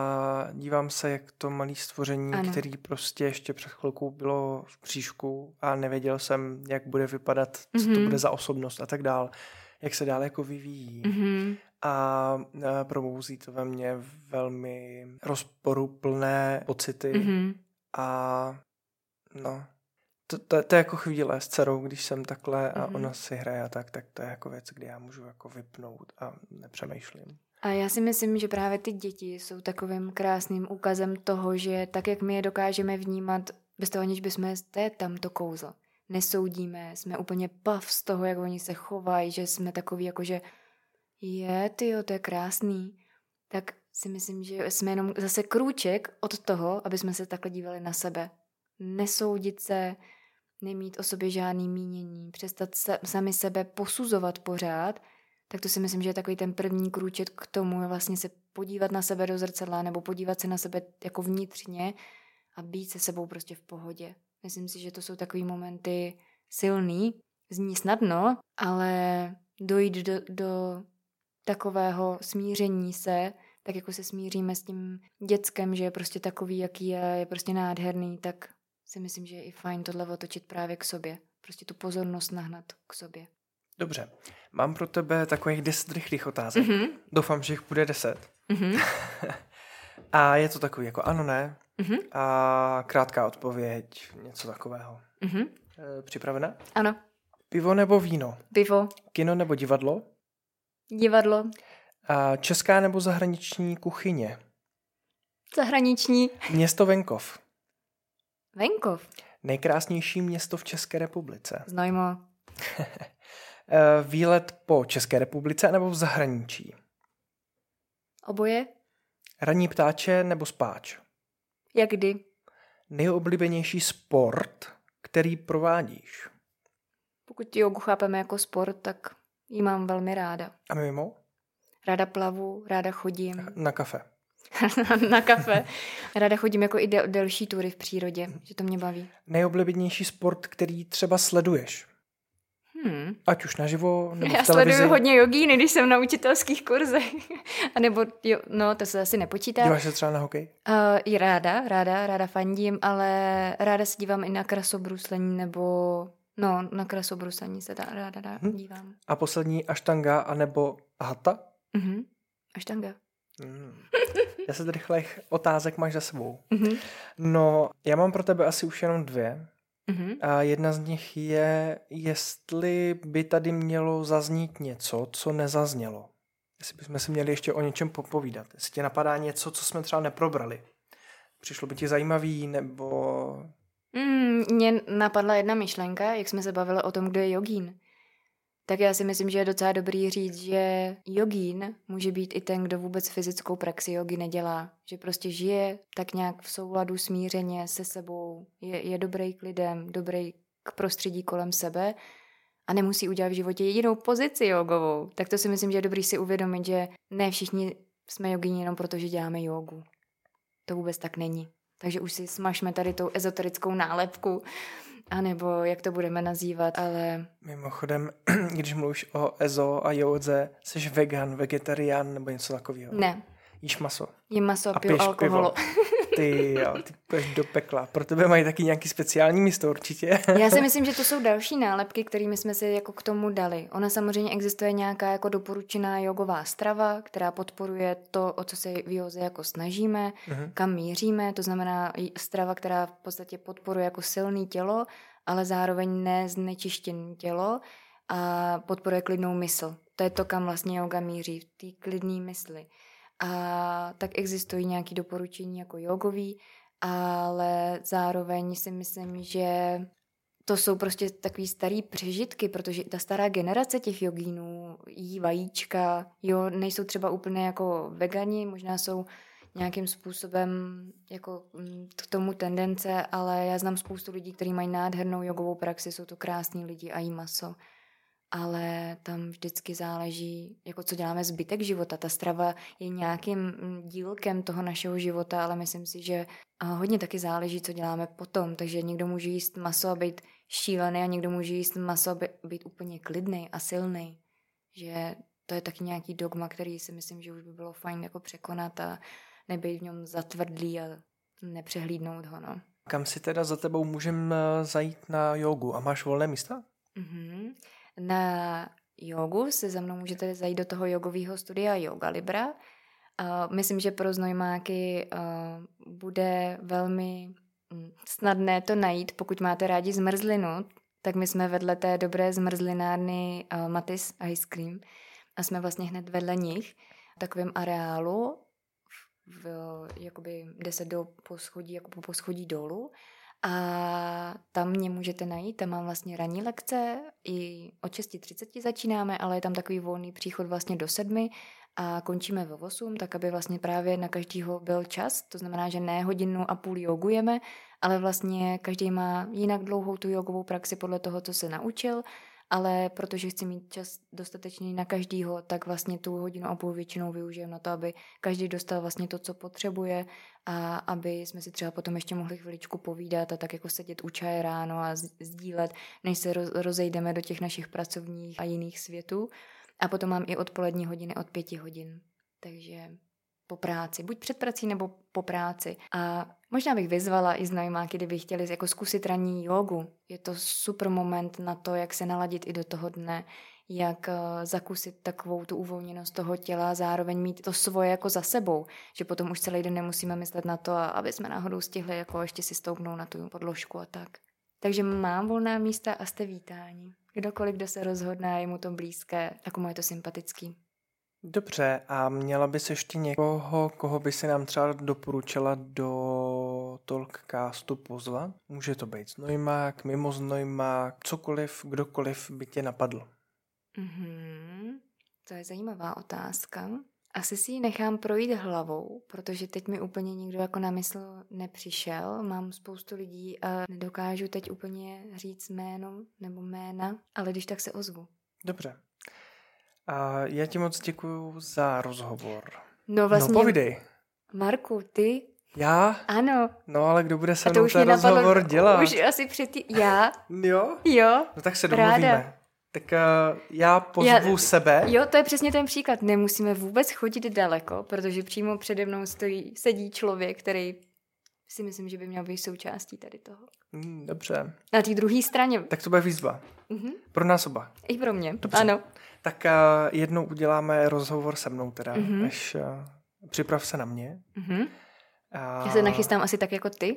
a dívám se, jak to malé stvoření, ano. který prostě ještě před chvilkou bylo v bříšku a nevěděl jsem, jak bude vypadat, co mm-hmm. to bude za osobnost a tak dál, jak se dál jako vyvíjí. Mm-hmm. A probouzí to ve mně velmi rozporuplné pocity mm-hmm. a no... To, to, to je jako chvíle s dcerou, když jsem takhle a mm-hmm. ona si hraje a tak, tak to je jako věc, kdy já můžu jako vypnout a nepřemýšlím. A já si myslím, že právě ty děti jsou takovým krásným ukazem toho, že tak, jak my je dokážeme vnímat, bez toho aniž bychom, to je tam to kouzlo. Nesoudíme, jsme úplně pav z toho, jak oni se chovají, že jsme takový jako, že je, tyjo, to je krásný. Tak si myslím, že jsme jenom zase krůček od toho, aby jsme se takhle dívali na sebe. Nesoudit se, nemít o sobě žádný mínění, přestat se, sami sebe posuzovat pořád, tak to si myslím, že je takový ten první krůček k tomu, je vlastně se podívat na sebe do zrcadla nebo podívat se na sebe jako vnitřně a být se sebou prostě v pohodě. Myslím si, že to jsou takový momenty silný, zní snadno, ale dojít do, do takového smíření se, tak jako se smíříme s tím děckem, že je prostě takový, jaký je, je prostě nádherný, tak si myslím, že je i fajn tohle otočit právě k sobě. Prostě tu pozornost nahnat k sobě. Dobře. Mám pro tebe takových deset rychlých otázek. Mm-hmm. Doufám, že jich bude deset. Mm-hmm. A je to takový jako ano, ne. Mm-hmm. A krátká odpověď, něco takového. Mm-hmm. E, připravená? Ano. Pivo nebo víno? Pivo. Kino nebo divadlo? Divadlo. A česká nebo zahraniční kuchyně? Zahraniční. Město venkov? Venkov. Nejkrásnější město v České republice? Znojmo. Výlet po České republice nebo v zahraničí? Oboje. Ranní ptáče nebo spáč? Jak kdy. Nejoblíbenější sport, který provádíš? Pokud jogu chápeme jako sport, tak ji mám velmi ráda. A mimo? Ráda plavu, ráda chodím. Na kafe. Na kafe. Ráda chodím jako i del- delší tury v přírodě, že to mě baví. Nejoblíbenější sport, který třeba sleduješ? Hmm. Ať už naživo, nebo Já v televizi. sleduju hodně jogíny, když jsem na učitelských kurzech. A nebo, jo, no, to se asi nepočítá. Díváš se třeba na hokej? Uh, I ráda, ráda, ráda fandím, ale ráda se dívám i na krasobruslení, nebo, no, na krasobruslení se dá, ráda, ráda hmm. dívám. A poslední aštanga, anebo hata? Mhm, aštanga. Hmm. Já se rychlých otázek máš za sebou. Mhm. No, já mám pro tebe asi už jenom dvě. Mhm. A jedna z nich je, jestli by tady mělo zaznít něco, co nezaznělo. Jestli bychom si měli ještě o něčem popovídat. Jestli tě napadá něco, co jsme třeba neprobrali. Přišlo by ti zajímavý, nebo... Mm, mně napadla jedna myšlenka, jak jsme se bavili o tom, kdo je jogín. Tak já si myslím, že je docela dobrý říct, že jogín může být i ten, kdo vůbec fyzickou praxi jogy nedělá. Že prostě žije tak nějak v souladu smířeně se sebou, je, je dobrý k lidem, dobrý k prostředí kolem sebe a nemusí udělat v životě jedinou pozici jogovou. Tak to si myslím, že je dobrý si uvědomit, že ne všichni jsme jogíni jenom proto, že děláme jogu. To vůbec tak není. Takže už si smažme tady tou ezoterickou nálepku, anebo jak to budeme nazývat, ale... Mimochodem, když mluvíš o ezo a jódze, jsi vegan, vegetarián nebo něco takového? Ne. Jíš maso? Jím maso a a piju alkoholu. Ty jo, ty půjdeš do pekla. Pro tebe mají taky nějaký speciální místo určitě. Já si myslím, že to jsou další nálepky, kterými jsme si jako k tomu dali. Ona samozřejmě existuje nějaká jako doporučená jogová strava, která podporuje to, o co se v józe jako snažíme, uh-huh. kam míříme. To znamená strava, která v podstatě podporuje jako silné tělo, ale zároveň neznečištěné tělo a podporuje klidnou mysl. To je to, kam vlastně yoga míří, v té klidné mysli. A tak existují nějaké doporučení jako jogový, ale zároveň si myslím, že to jsou prostě takový starý přežitky, protože ta stará generace těch jogínů jí vajíčka, jo, nejsou třeba úplně jako vegani, možná jsou nějakým způsobem jako k tomu tendence, ale já znám spoustu lidí, kteří mají nádhernou jogovou praxi, jsou to krásní lidi a jí maso. Ale tam vždycky záleží, jako co děláme zbytek života. Ta strava je nějakým dílkem toho našeho života, ale myslím si, že hodně taky záleží, co děláme potom. Takže někdo může jíst maso a být šílený a někdo může jíst maso a být úplně klidný a silný. Že to je taky nějaký dogma, který si myslím, že už by bylo fajn jako překonat a nebejt v něm zatvrdlý a nepřehlídnout ho. No. Kam si teda za tebou můžeme zajít na jogu? A máš volné místa? Mhm. Na jogu se za mnou můžete zajít do toho jogového studia Yoga Libra. Uh, myslím, že pro znojmáky uh, bude velmi snadné to najít, pokud máte rádi zmrzlinu, tak my jsme vedle té dobré zmrzlinárny uh, Matis Ice Cream a jsme vlastně hned vedle nich v takovém areálu, v, jakoby deset do poschodí, jako po poschodí dolů. A tam mě můžete najít, tam mám vlastně ranní lekce, i od šest třicet začínáme, ale je tam takový volný příchod vlastně do sedmi a končíme ve osm, tak aby vlastně právě na každýho byl čas, to znamená, že ne hodinu a půl jogujeme, ale vlastně každý má jinak dlouhou tu jogovou praxi podle toho, co se naučil, ale protože chci mít čas dostatečný na každýho, tak vlastně tu hodinu a půl většinou využijem na to, aby každý dostal vlastně to, co potřebuje a aby jsme si třeba potom ještě mohli chviličku povídat a tak jako sedět u čaje ráno a sdílet, než se rozejdeme do těch našich pracovních a jiných světů. A potom mám i odpolední hodiny od pěti hodin. Takže po práci, buď před prací nebo po práci. A možná bych vyzvala i znajmáky, kdyby chtěli jako zkusit ranní jogu. Je to super moment na to, jak se naladit i do toho dne, jak zakusit takovou tu uvolněnost toho těla a zároveň mít to svoje jako za sebou, že potom už celý den nemusíme myslet na to, aby jsme náhodou stihli jako ještě si stoupnout na tu podložku a tak. Takže mám volná místa a jste vítáni. Kdokoliv, kdo se rozhodne a je mu to blízké, jako mu je to sympatický. Dobře, a měla bys ještě někoho, koho by si nám třeba doporučila do Talkcastu pozvat? Může to být znojmák, mimo znojmák, cokoliv, kdokoliv by tě napadl. Mm-hmm. To je zajímavá otázka. Asi si ji nechám projít hlavou, protože teď mi úplně nikdo jako na mysl nepřišel. Mám spoustu lidí a nedokážu teď úplně říct jméno nebo jména, ale když tak se ozvu. Dobře. A já ti moc děkuju za rozhovor. No vlastně... No povídej. Marku, ty? Já? Ano. No ale kdo bude se mnou ten rozhovor dělat? Už asi předtím... Já? Jo? Jo. No tak se domluvíme. Ráda. Tak uh, já pozvu já, sebe. Jo, to je přesně ten příklad. Nemusíme vůbec chodit daleko, protože přímo přede mnou stojí, sedí člověk, který si myslím, že by měl být součástí tady toho. Mm, dobře. Na té druhé straně. Tak to bude výzva. Mm-hmm. Pro nás oba. I pro mě, dobře. Ano. Tak uh, jednou uděláme rozhovor se mnou teda, mm-hmm. až uh, připrav se na mě. Mm-hmm. A... Já se nachystám asi tak jako ty.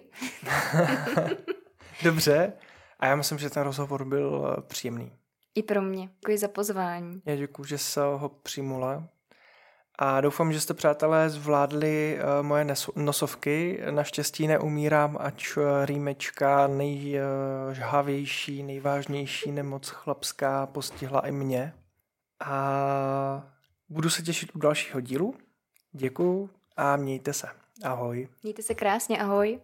Dobře. A já myslím, že ten rozhovor byl příjemný. I pro mě. Děkuji za pozvání. Já děkuji, že jsi ho přijmula. A doufám, že jste, přátelé, zvládli uh, moje neso- nosovky. Naštěstí neumírám, ač rýmečka nejžhavější, nejvážnější nemoc chlapská postihla i mě. A budu se těšit u dalšího dílu. Děkuju a mějte se. Ahoj. Mějte se krásně, ahoj.